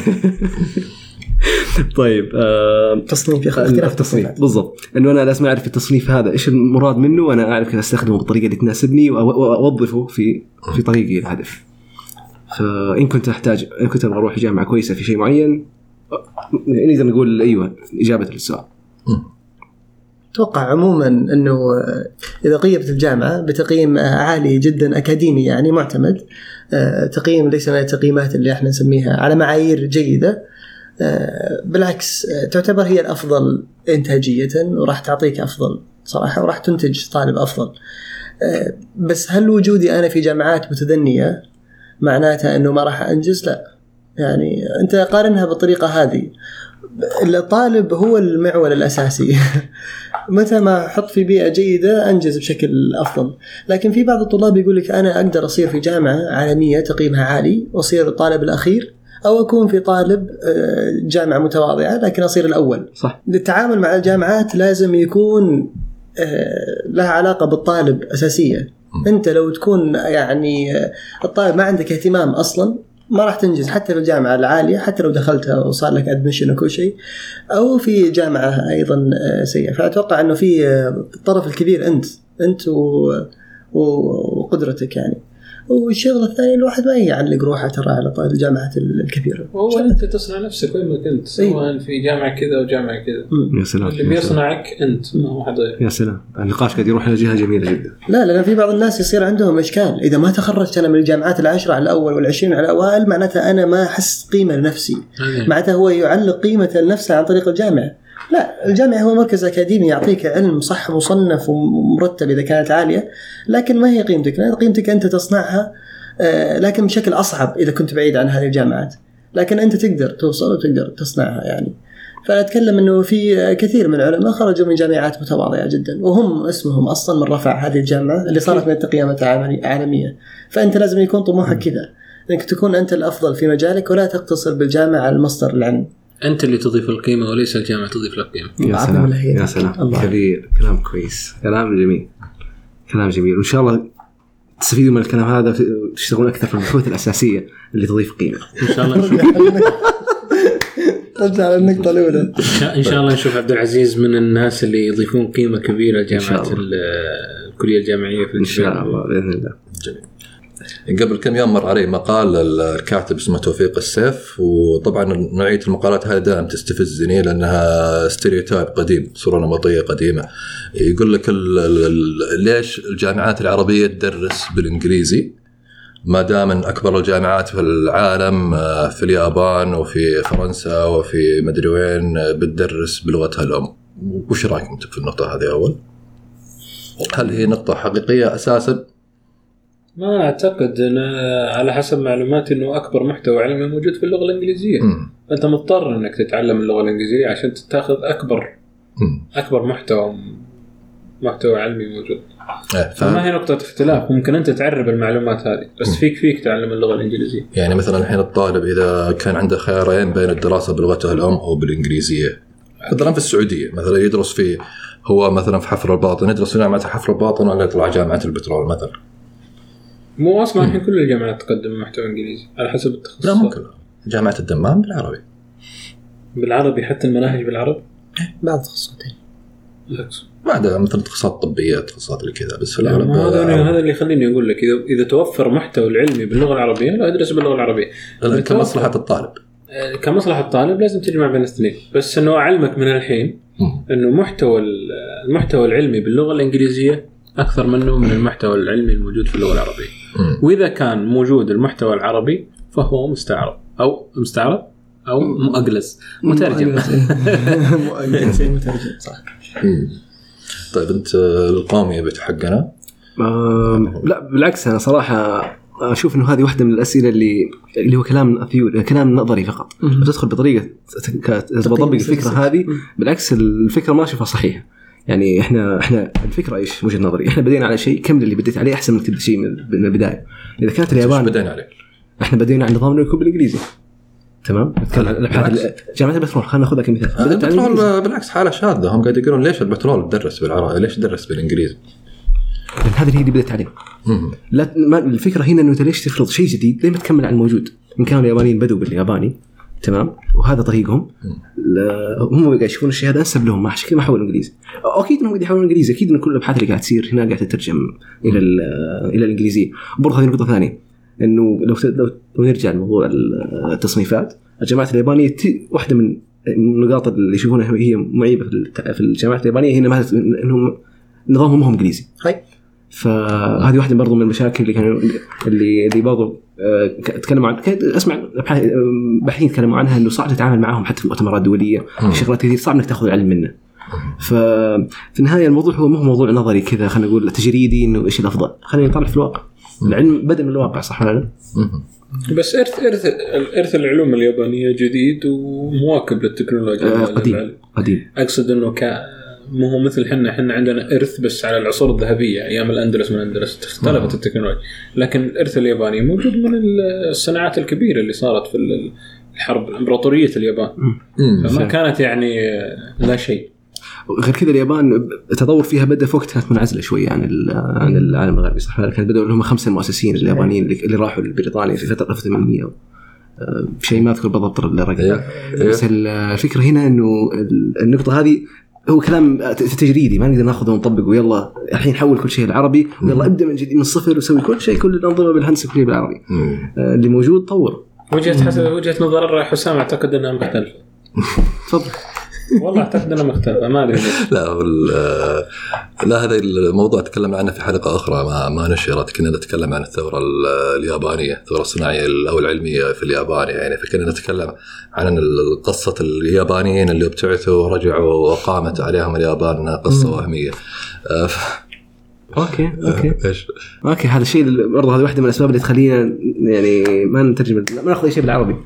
طيب تصنيف يا أخي، اختلاف التصنيف بالضبط، إنه أنا لازم أعرف التصنيف هذا إيش المراد منه، وأنا أعرف كيف أستخدمه بالطريقة اللي تناسبني وأوظفه في في طريقي الهدف. فإن كنت أحتاج إن كنت أبغى أروح جامعة كويسة في شيء معين، نقدر نقول أيوة إجابة للسؤال. أتوقع عموما أنه إذا قيمت الجامعة بتقييم عالي جدا أكاديمي يعني معتمد، تقييم ليس من التقييمات اللي احنا نسميها على معايير جيدة، بالعكس تعتبر هي الأفضل إنتاجية وراح تعطيك أفضل صراحة وراح تنتج طالب أفضل. بس هل وجودي أنا في جامعات متدنية معناتها أنه ما راح أنجز؟ لا، يعني أنت قارنها بالطريقة هذه. الطالب هو المعول الأساسي متى ما أحط في بيئة جيدة أنجز بشكل أفضل. لكن في بعض الطلاب يقول لك أنا أقدر أصير في جامعة عالمية تقييمها عالي وأصير الطالب الأخير، أو أكون في طالب جامعة متواضعة لكن أصير الأول. صح. التعامل مع الجامعات لازم يكون لها علاقة بالطالب أساسية. أنت لو تكون يعني الطالب ما عندك اهتمام أصلا ما راح تنجز، حتى في الجامعة العالية، حتى لو دخلتها وصار لك أدميشن وكل شيء، أو في جامعة أيضا سيئة. فأتوقع أنه في الطرف الكبير أنت أنت وقدرتك يعني. والشغل الثاني الواحد ما يعلق روحه ترى على طال الجامعات الكبيرة. هو أنت تصنع نفسك وين ما كنت، سواء في جامعة كذا أو جامعة كذا. يا سلام. اللي بيصنعك أنت ما هو حد غير. يا سلام. النقاش قاعد يروح إلى جهة جميلة جدا. لا لا في بعض الناس يصير عندهم إشكال، إذا ما تخرجت أنا من الجامعات العشرة على الأول والعشرين على الأوائل معناتها أنا ما أحس قيمة لنفسي. معناتها هو يعلق قيمة لنفسه عن طريق الجامعة. لا، الجامعة هو مركز أكاديمي يعطيك علم صح مصنف ومرتب إذا كانت عالية، لكن ما هي قيمتك. قيمتك أنت تصنعها لكن بشكل أصعب إذا كنت بعيد عن هذه الجامعات، لكن أنت تقدر توصل وتقدر تصنعها يعني. فأنا أتكلم أنه في كثير من العلماء خرجوا من جامعات متواضعة جدا وهم اسمهم أصلا من رفع هذه الجامعة اللي صارت من التقييمات عالمية. فأنت لازم يكون طموحك كذا، أنك تكون أنت الأفضل في مجالك ولا تقتصر بالجامعة على المصدر العلم. أنت اللي تضيف القيمة وليس الجامعة تضيف لك قيمة. يا سلام يا سلام. كبير، كلام كويس، كلام جميل، كلام جميل. وإن شاء الله تستفيدوا من الكلام هذا وتشتغلون أكثر في البحوث الأساسية اللي تضيف قيمة إن شاء الله. رجع على النقطة الأولى. إن شاء الله نشوف عبد العزيز من الناس اللي يضيفون قيمة كبيرة لجامعة الكلية الجامعية في إن شاء الله بإذن الله. جميل. قبل كم يوم مر علي مقال الكاتب اسمه توفيق السيف، وطبعا نوعية المقالات هذه دائما تستفزني لأنها ستيريوتايب قديم، صورة نمطية قديمة. يقول لك ليش الجامعات العربية تدرس بالإنجليزي ما دام من أكبر الجامعات في العالم في اليابان وفي فرنسا وفي مدري وين بتدرس بلغتها الأم. وش رأيكم في النقطة هذه أول؟ هل هي نقطة حقيقية أساساً؟ ما أعتقد. أنا على حسب معلوماتي أنه أكبر محتوى علمي موجود في اللغة الإنجليزية. م. أنت مضطر أنك تتعلم اللغة الإنجليزية عشان تأخذ أكبر م. أكبر محتوى محتوى علمي موجود. اه فما هي نقطة اختلاف. ممكن أنت تعرب المعلومات هذه بس م. فيك فيك تعلم اللغة الإنجليزية. يعني مثلا الحين الطالب إذا كان عنده خيارين بين الدراسة بلغته الأم أو بالإنجليزية، مثلا في السعودية مثلا يدرس في هو مثلا في حفر الباطن، يدرس في جامعة حفر الباطن ولا يطلع جامعة البترول مثلا. مو أصلاً الحين كل الجامعات تقدم محتوى إنجليزي على حسب التخصص. لا مو كلها. جامعة الدمام بالعربي. بالعربي حتى المناهج بالعربي. بعض تخصصاتين. ما عدا مثلا تخصصات طبية، تخصصات اللي كذا، بس في الأغلب هذا هذا اللي يخليني أقول لك إذا إذا توفر محتوى العلمي باللغة العربية لا أدرس باللغة العربية. كمصلحة الطالب. كمصلحة الطالب لازم تجمع بين الاثنين، بس إنه أعلمك من الحين إنه محتوى المحتوى العلمي باللغة الإنجليزية أكثر منه من المحتوى العلمي الموجود في اللغة العربية. م. وإذا كان موجود المحتوى العربي فهو مستعرب أو مستعرب أو مؤجلس مترجم. مؤجلس مترجم صح. طيب أنت القومية بتحقنا؟ آه لا بالعكس، أنا صراحة أشوف إنه هذه واحدة من الأسئلة اللي اللي هو كلام ثيوري، كلام نظري فقط. بتدخل بطريقة تطبق الفكرة هذه. بالعكس الفكرة ما أشوفها صحيحة. يعني احنا احنا الفكره ايش وجهه نظري، احنا بدينا على شيء كمل اللي بديت عليه احسن من تبدا شيء من البدايه. اذا كانت اليابان بدينا عليه، احنا بدينا عن نظام الركوب الانجليزي تمام. نتكلم عن الابحاث جامعه البترول، خلينا ناخذها كمثال. البترول بالعكس حاله شاذه، هم قاعد يقولون ليش البترول تدرس بالعربي، ليش تدرس بالانجليزي؟ هذه هي اللي بديت عليه. لا ما الفكره هنا انه انت ليش تفرض شيء جديد، ليه ما تكمل على الموجود؟ ان كانوا اليابانيين بدوا بالياباني تمام وهذا طريقهم، هم قاعد يشوفون الشيء هذا انسب لهم، ما عشان ما حولوا انجليزي. اكيد انهم قاعد يحولون انجليزي، اكيد ان كل الابحاث اللي قاعد تصير هنا قاعد تترجم الى الى الانجليزيه. برضه هذه نقطه ثانيه، انه لو لو نرجع لموضوع التصنيفات، الجامعات اليابانيه واحده من النقاط اللي يشوفونها هي معيبه في الجامعات اليابانيه هنا انهم نظامهم مو انجليزي. هاي فهذه واحده برضو من المشاكل اللي كانوا اللي اللي برضو تكلموا عن اسمع باحثين يتكلموا عنها، انه صعب تتعامل معهم حتى في المؤتمرات الدوليه، شغلات كثير صعب انك تاخذ العلم منه. ففي النهايه الموضوع هو مو موضوع نظري كذا خلينا نقول تجريدي انه ايش الافضل، خلينا نطلع في الواقع. العلم بدا من الواقع صح ولا لا؟ بس ارث ارث ارث العلوم اليابانيه جديد ومواكب للتكنولوجيا. آه قديم قديم اقصد انه ك مو هو مثل حنا حنا عندنا ارث بس على العصور الذهبيه ايام الاندلس من الاندلس اختلفت التكنولوجيا، لكن الارث الياباني موجود من الصناعات الكبيره اللي صارت في الحرب امبراطوريه اليابان. فما كانت يعني لا شيء. غير كذا اليابان التطور فيها بدا في وقت كانت منعزله شويه عن عن العالم الغربي صح. كانت بدأوا هم خمسه المؤسسين اليابانيين اللي راحوا لبريطانيا في فتره ألف وثمانمية بشيء ما اذكر بالضبط الرقم. بس الفكره هنا انه النقطه هذه هو كلام تجريدي ما نقدر ناخذه ونطبقه ويلا الحين نحول كل شيء العربي ويلا ابدا من جديد من الصفر وسوي كل شيء كل الانظمه بالهندسه كلها بالعربي. اللي موجود طور. وجهه حسب وجهه نظر حسام اعتقد انها مختلفه. تفضل. والله اعتقد انها مختلفه ما ادري. لا لا هذا الموضوع تكلمنا عنه في حلقه اخرى ما ما نشرت. كنا نتكلم عن الثوره اليابانيه الثوره الصناعيه او العلميه في اليابان يعني. فكنا نتكلم عن قصه اليابانيين اللي ابتعثوا ورجعوا وقامت عليهم اليابان قصه وهميه. اوكي اوكي ايش اوكي هذا الشيء برضه هذه واحده من الاسباب اللي تخلينا يعني ما نترجم ما ناخذ اي شيء بالعربي.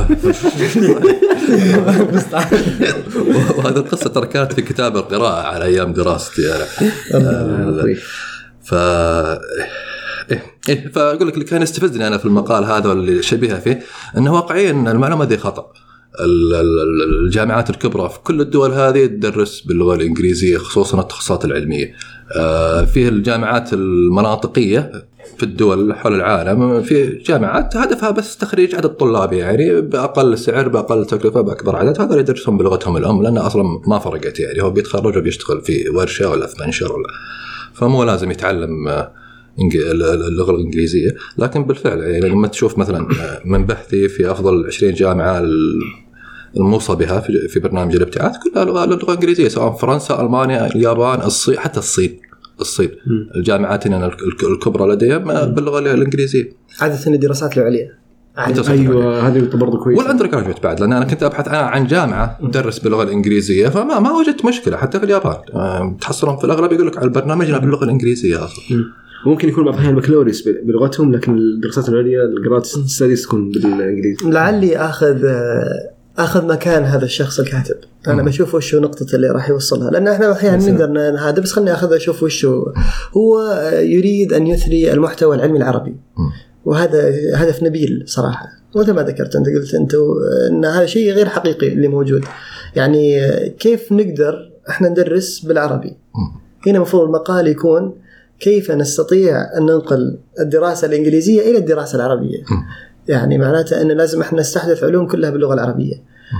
وهذه القصه ترى كانت في كتاب القراءه على ايام دراستي انا. ف إيه إيه فأقول لك اللي كان يستفزني أنا في المقال هذا واللي شبيهه فيه أنه واقعيا المعلومة دي خطأ. الجامعات الكبرى في كل الدول هذه تدرس باللغة الإنجليزية خصوصا التخصصات العلمية. فيه الجامعات المناطقية في الدول حول العالم في جامعات هدفها بس تخريج عدد طلاب يعني بأقل سعر بأقل تكلفة بأكبر عدد. هذا يدرسهم بلغتهم الأم لأن أصلا ما فرقت يعني هو بيتخرج وبيشتغل في ورشة ولا في منشر ولا فمو لازم يتعلم اللغة الإنجليزية. لكن بالفعل يعني لما تشوف مثلا من بحثي في أفضل عشرين جامعة الموصى بها في برنامج الابتعاث كلها لغة اللغة الإنجليزية سواء فرنسا ألمانيا اليابان الصين حتى الصين الصين الجامعات الكبرى لديهم باللغة الإنجليزية عادة الدراسات العليا. أيوة هذه برضو كويس. والأندرجراجويت بعد لأن أنا كنت أبحث أنا عن جامعة تدرس باللغة الإنجليزية فما ما وجدت مشكلة حتى في اليابان تحصلهم في الأغلب يقول لك على برنامجنا باللغة الإنجليزية أصلا. ممكن يكون بعض الأحيان البكالوريوس بلغتهم لكن الدراسات العليا القراءات السادس تكون بالإنجليزي. لعلي أخذ أخذ مكان هذا الشخص الكاتب. أنا بشوف وشو نقطة اللي راح يوصلها لأن إحنا أحيانا نقدر هذا بس خلني أخذ أشوف وشو هو يريد أن يثري المحتوى العلمي العربي وهذا هدف نبيل صراحة. وأنت ما ذكرت أنت قلت أنتوا أن هذا شيء غير حقيقي اللي موجود يعني كيف نقدر إحنا ندرس بالعربي. هنا مفروض المقال يكون كيف نستطيع أن ننقل الدراسة الإنجليزية إلى الدراسة العربية. يعني معناته أن لازم إحنا نستحدث علوم كلها باللغة العربية.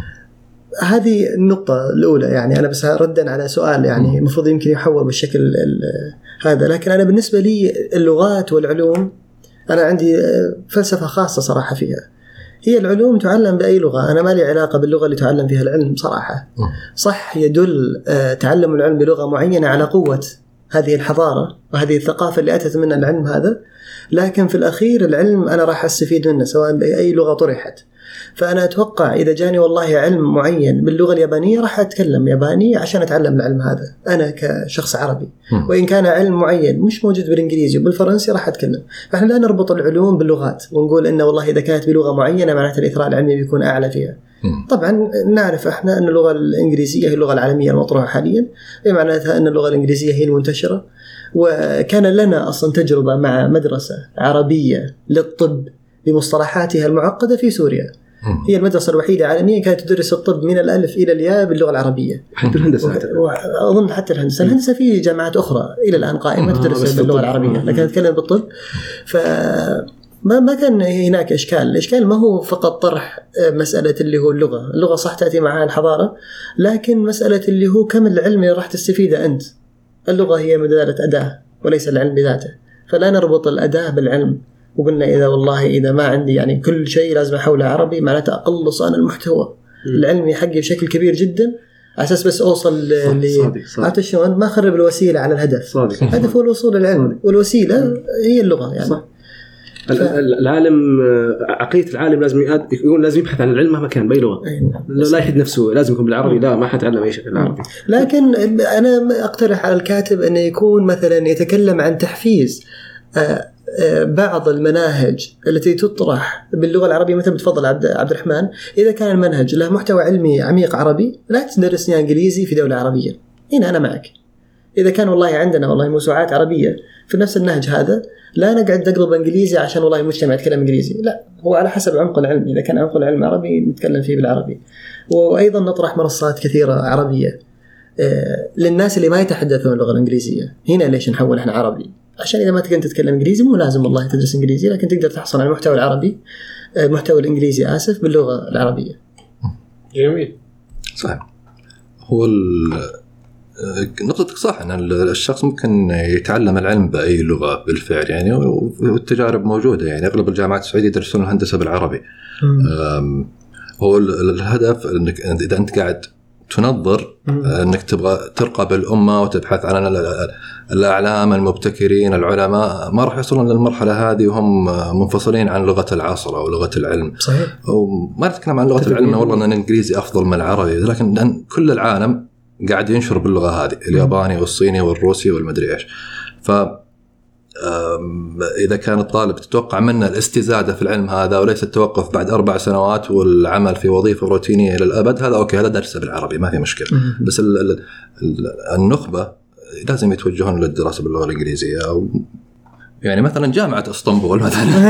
هذه النقطة الأولى يعني أنا بس ردا على سؤال يعني مفروض يمكن يحول بالشكل هذا. لكن أنا بالنسبة لي اللغات والعلوم أنا عندي فلسفة خاصة صراحة فيها. هي العلوم تعلم بأي لغة. أنا ما لي علاقة باللغة اللي تعلم فيها العلم صراحة. صح يدل تعلم العلم بلغة معينة على قوة هذه الحضارة وهذه الثقافة اللي أتت منها العلم هذا. لكن في الأخير العلم أنا راح أستفيد منه سواء بأي لغة طرحت. فأنا أتوقع إذا جاني والله علم معين باللغة اليابانية راح أتكلم ياباني عشان أتعلم العلم هذا أنا كشخص عربي. وإن كان علم معين مش موجود بالإنجليزي وبالفرنسي راح أتكلم. فإحنا لا نربط العلوم باللغات ونقول إنه والله إذا كانت بلغة معينة معناته الإثراء العلمي بيكون أعلى فيها. طبعا نعرف إحنا أن اللغة الإنجليزية هي اللغة العالمية المطروحة حاليا بمعنى أن اللغة الإنجليزية هي المنتشرة. وكان لنا أصلا تجربة مع مدرسة عربية للطب بمصطلحاتها المعقدة في سوريا. هي المدرسة الوحيدة عالميا كانت تدرس الطب من الألف إلى الياء باللغة العربية. حتى الهندسة أظن حتى الهندسة الهندسة في جامعات أخرى إلى الآن قائمة تدرس باللغة العربية لكن أتكلم بالطب. فما ما كان هناك إشكال. الإشكال ما هو فقط طرح مسألة اللي هو اللغة. اللغة صح تأتي معها الحضارة لكن مسألة اللي هو كم العلم اللي راح تستفيده أنت. اللغة هي مدالة أداة وليس العلم بذاته. فلا نربط الأداة بالعلم وقلنا إذا والله إذا ما عندي يعني كل شيء لازم أحوله عربي معناته أقلص أنا المحتوى العلمي حقي بشكل كبير جدا أساس بس أوصل ل عرفت شلون ما خرب الوسيلة على الهدف. الهدف هو الوصول للعلم والوسيلة هي اللغة يعني. العالم عقلية العالم لازم يقول لازم يبحث عن العلم مهما كان بأي لغة. لا يحد نفسه لازم يكون بالعربي، لا ما حتعلم أي شيء بالعربي. لكن أنا أقترح على الكاتب أنه يكون مثلا يتكلم عن تحفيز بعض المناهج التي تطرح باللغة العربية. مثل بتفضل عبد عبد الرحمن، إذا كان المنهج له محتوى علمي عميق عربي لا تدرسني إنجليزي في دولة عربية، هنا أنا معك. إذا كان والله عندنا والله موسوعات عربية في نفس النهج هذا، لا نقعد نقرب إنجليزي عشان والله المجتمع يتكلم إنجليزي، لا، هو على حسب عمق العلم. إذا كان عمق العلم عربي نتكلم فيه بالعربي. وأيضا نطرح منصات كثيرة عربية للناس اللي ما يتحدثون اللغة الإنجليزية. هنا ليش نحول إحنا عربي؟ عشان إذا ما تقدر تتكلم إنجليزي مو لازم والله تدرس إنجليزي، لكن تقدر تحصل على المحتوى العربي، محتوى الإنجليزي آسف باللغة العربية. جميل، صحيح. هو نقطتك صح أن الشخص ممكن يتعلم العلم بأي لغة بالفعل يعني، والتجارب موجودة يعني. أغلب الجامعات السعودية يدرسون الهندسة بالعربي. هو الهدف أنك إذا أنت قاعد تنظر أنك تبغى ترقى بالأمة وتبحث عن الأعلام المبتكرين العلماء، ما راح يصلون للمرحلة هذه وهم منفصلين عن لغة العصر أو لغة العلم. صحيح. وما نتكلم عن لغة العلم والله أن الإنجليزي أفضل من العربي، لكن لأن كل العالم قاعد ينشر باللغة هذه، الياباني والصيني والروسي والمدري إيش. ف إذا كان الطالب تتوقع منه الاستزادة في العلم هذا وليس التوقف بعد أربع سنوات والعمل في وظيفة روتينية إلى الأبد، هذا أوكي، هذا درسه بالعربي ما في مشكلة. بس النخبة لازم يتوجهون للدراسة باللغة الإنجليزية. أو يعني مثلا جامعة اسطنبول مثلا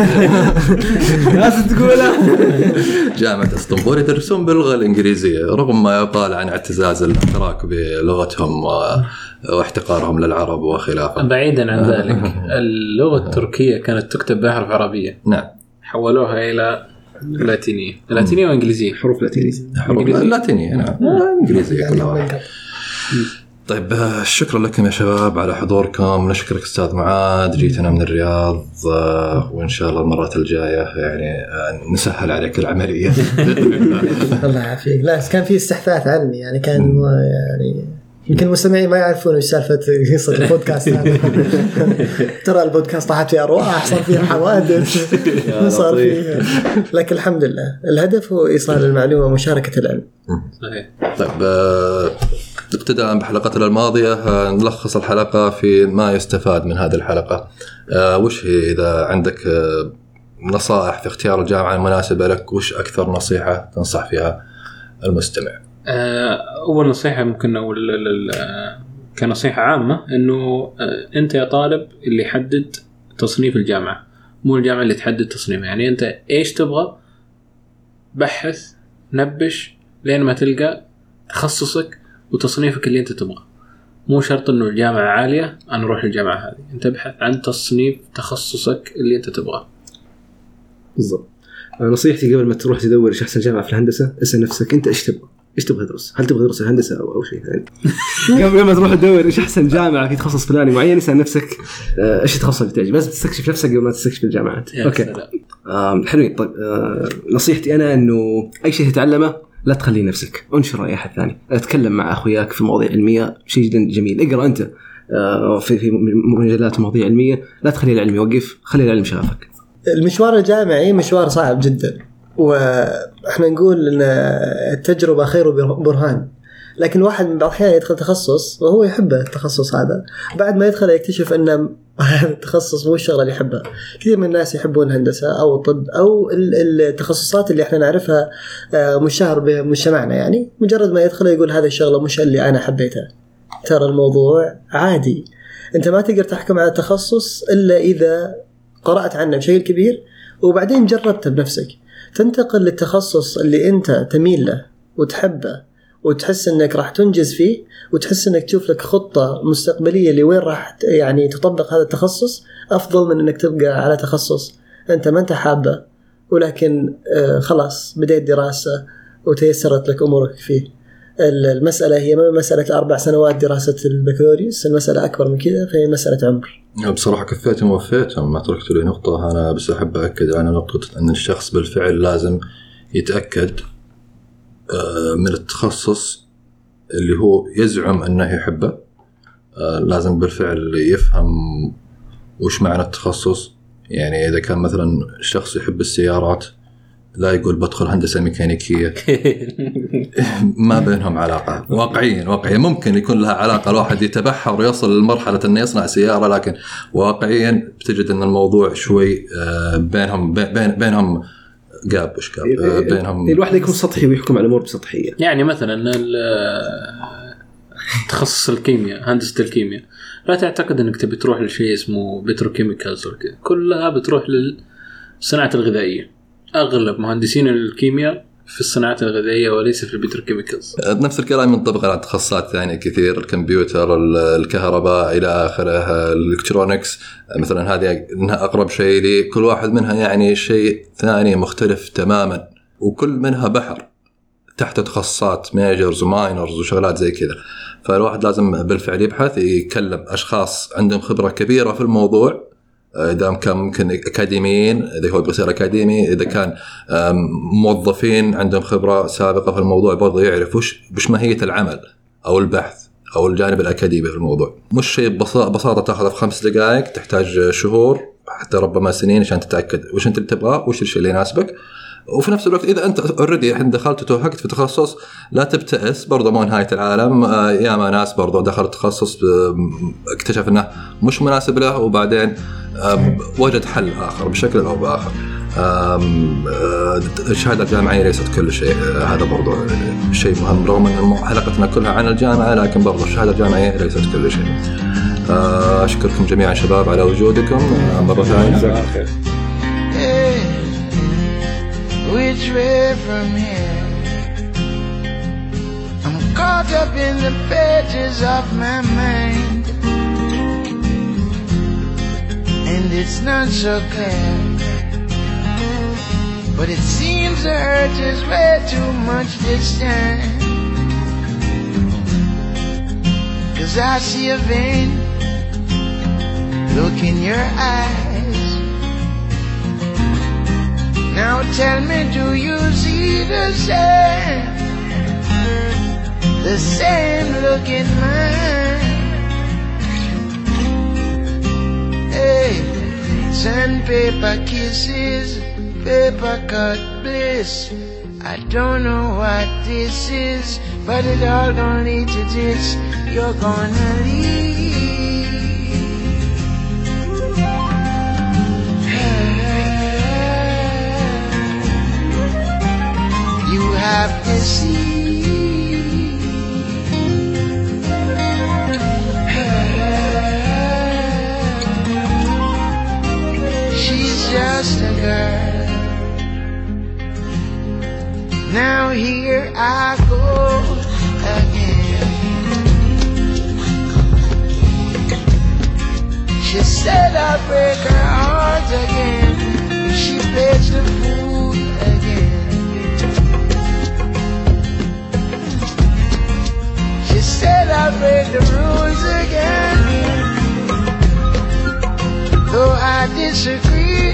لازم تقولها جامعة اسطنبول يدرسون باللغة الإنجليزية رغم ما يقال عن اعتزاز الأتراك بلغتهم واحتقارهم للعرب وخلافه. بعيدا عن ذلك اللغة التركية كانت تكتب بحرف عربية، نعم، حولوها إلى لاتينية. لاتينية وإنجليزية، حروف لاتينية، حروف لاتينية، نعم، إنجليزية كلها. طيب شكرا لكم يا شباب على حضوركم. نشكرك أستاذ معاذ، جيتنا من الرياض، وإن شاء الله المرات الجاية يعني نسهل عليك العملية. الله يعافيك. لا كان في استحثاث علمي يعني، كان يعني يمكن المستمعين ما يعرفون ايش سالفة قصة البودكاست هذا. ترى البودكاست طاحت فيه أرواح، صار فيه حوادث، صار فيه، لكن الحمد لله الهدف هو إيصال المعلومة ومشاركة العلم. طيب ابتداء بحلقتنا الماضية نلخص الحلقة في ما يستفاد من هذه الحلقة. وش هي إذا عندك نصائح في اختيار الجامعة المناسبة لك، وش أكثر نصيحة تنصح فيها المستمع؟ أول نصيحة ممكن أقول كنصيحة عامة إنه أنت يا طالب اللي يحدد تصنيف الجامعة، مو الجامعة اللي تحدد تصنيفها. يعني أنت إيش تبغى، بحث نبش لين ما تلقى تخصصك وتصنيفك اللي أنت تبغى. مو شرط إنه الجامعة عالية أنا أروح الجامعة هذه، أنت ابحث عن تصنيف تخصصك اللي أنت تبغاه. بالضبط. نصيحتي قبل ما تروح تدور إيش أحسن جامعة في الهندسة، اسأل نفسك أنت إيش تبغى، إيش تبغى تدرس، هل تبغى تدرس الهندسة أو أو شيء ثاني. قبل ما تروح تدور إيش أحسن جامعة في تخصص فلاني معين، اسأل نفسك إيش التخصص اللي تعجبك، بس تستكشف نفسك قبل ما تستكشف الجامعات. أوكي حلوين. طيب آه نصيحتي أنا إنه أي شيء تتعلمه لا تخليه نفسك، انشر أي أحد ثاني، اتكلم مع أخوياك في مواضيع علمية، شيء جدا جميل. اقرأ أنت آه في في مجلات مواضيع علمية، لا تخلي العلم يوقف، خلي العلم شغفك. المشوار الجامعي مشوار صعب جدا، وإحنا نقول إن التجربة خير برهان، لكن واحد من بعض الأحيان يدخل تخصص وهو يحبه التخصص هذا، بعد ما يدخل يكتشف أن هذا التخصص مو الشغلة اللي يحبها. كثير من الناس يحبون الهندسة أو الطب أو التخصصات اللي إحنا نعرفها مشهور بمجتمعنا، يعني مجرد ما يدخل يقول هذا الشغلة مش اللي أنا حبيتها. ترى الموضوع عادي، أنت ما تقدر تحكم على التخصص إلا إذا قرأت عنه بشكل كبير وبعدين جربته بنفسك. تنتقل للتخصص اللي أنت تميل له وتحبه وتحس أنك راح تنجز فيه، وتحس أنك تشوف لك خطة مستقبلية لوين راح يعني تطبق هذا التخصص، أفضل من أنك تبقى على تخصص أنت ما أنت حابه ولكن خلاص بديت دراسة وتيسرت لك أمورك فيه. المسألة هي ما مسألة أربع سنوات دراسة البكالوريوس، المسألة أكبر من كذا، فهي مسألة عمر. بصراحة كفيتهم ووفيتهم، ما تركت لي نقطة. أنا بس أحب أكد على نقطة أن الشخص بالفعل لازم يتأكد من التخصص اللي هو يزعم أنه يحبه. لازم بالفعل يفهم وش معنى التخصص، يعني إذا كان مثلا شخص يحب السيارات لا يقول بدخل هندسة ميكانيكية. ما بينهم علاقة واقعيا. واقعيا ممكن يكون لها علاقة، الواحد يتبحر ويصل لمرحلة أنه يصنع سيارة، لكن واقعيا بتجد أن الموضوع شوي بينهم بين بينهم جاب وش جاب بينهم. الواحد يكون سطحي ويحكم على الأمور بسطحية. يعني مثلا تخصص الكيمياء، هندسة الكيمياء، لا تعتقد أنك تبي تروح لشيء اسمه بتروكيميكالز وكذا، كلها بتروح للصناعة الغذائية. أغلب مهندسين الكيمياء في الصناعات الغذائية وليس في البتروكيميكالز. نفس الكلام ينطبق على تخصصات ثانية كثير، الكمبيوتر، الكهرباء إلى آخره، الإلكترونيكس مثلا، هذه إنها أقرب شيء لي. كل واحد منها يعني شيء ثاني مختلف تماما، وكل منها بحر تحت تخصصات ميجرز وماينرز وشغلات زي كذا. فالواحد لازم بالفعل يبحث، يكلم أشخاص عندهم خبرة كبيرة في الموضوع، إذا كان ممكن أكاديميين إذا هو بيصير أكاديمي، إذا كان موظفين عندهم خبرة سابقة في الموضوع برضه يعرف وش بش ماهية العمل أو البحث أو الجانب الأكاديمي في الموضوع. مش شيء ببساطة تأخذ في خمس دقائق، تحتاج شهور حتى ربما سنين عشان تتأكد وش أنت تبغاه وش الشيء اللي يناسبك. وفي نفس الوقت إذا أنت أوريدي الحين دخلت وتوهقت في تخصص لا تبتئس، برضه مو نهاية العالم. يا ما ناس برضه دخل تخصص اكتشف أنه مش مناسب له وبعدين وجد حل آخر بشكل أو بآخر. الشهادة الجامعية ليست كل شيء، هذا برضه شيء مهم، رغم أن حلقتنا كلها عن الجامعة لكن برضه الشهادة الجامعية ليست كل شيء. أشكركم جميعا شباب على وجودكم مرة ثانية. Which way from here? I'm caught up in the pages of my mind, and it's not so clear, but it seems the hurt is way too much this time. 'Cause I see a vain look in your eyes. Now tell me, do you see the same, the same look in mine? Hey, sandpaper kisses, paper cut bliss. I don't know what this is, but it all gonna lead to this. You're gonna leave. You have to see she's just a girl. Now here I go again. She said I'll break her heart again if she pays the fool again. She said I'll break the rules again. Though I disagree,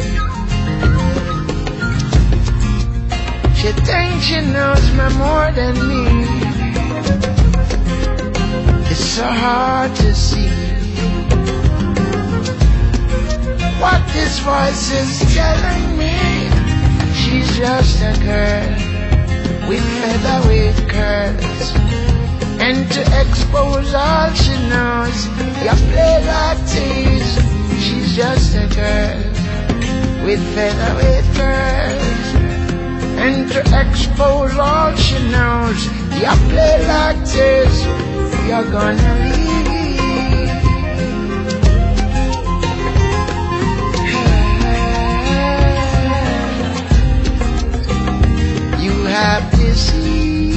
she thinks she knows me more than me. It's so hard to see what this voice is telling me. She's just a girl with featherweight curls, and to expose all she knows, you play like tease. She's just a girl with featherweight curls, and to expose all she knows, you play like tease. You're gonna leave. You have to see.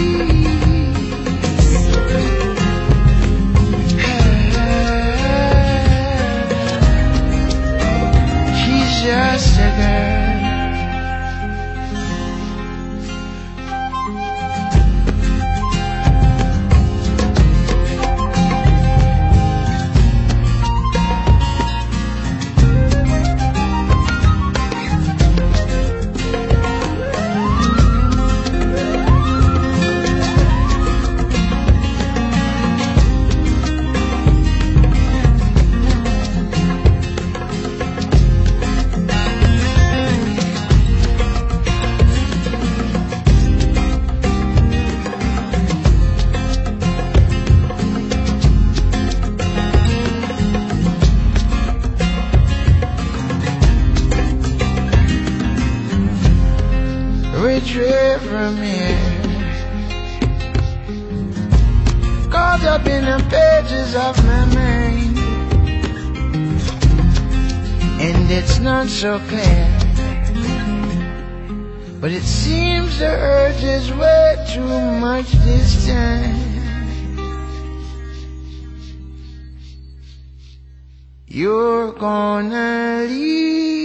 Just a girl. river mirror, caught up in the pages of memory, and it's not so clear, but it seems the urge is way too much this time. You're gonna leave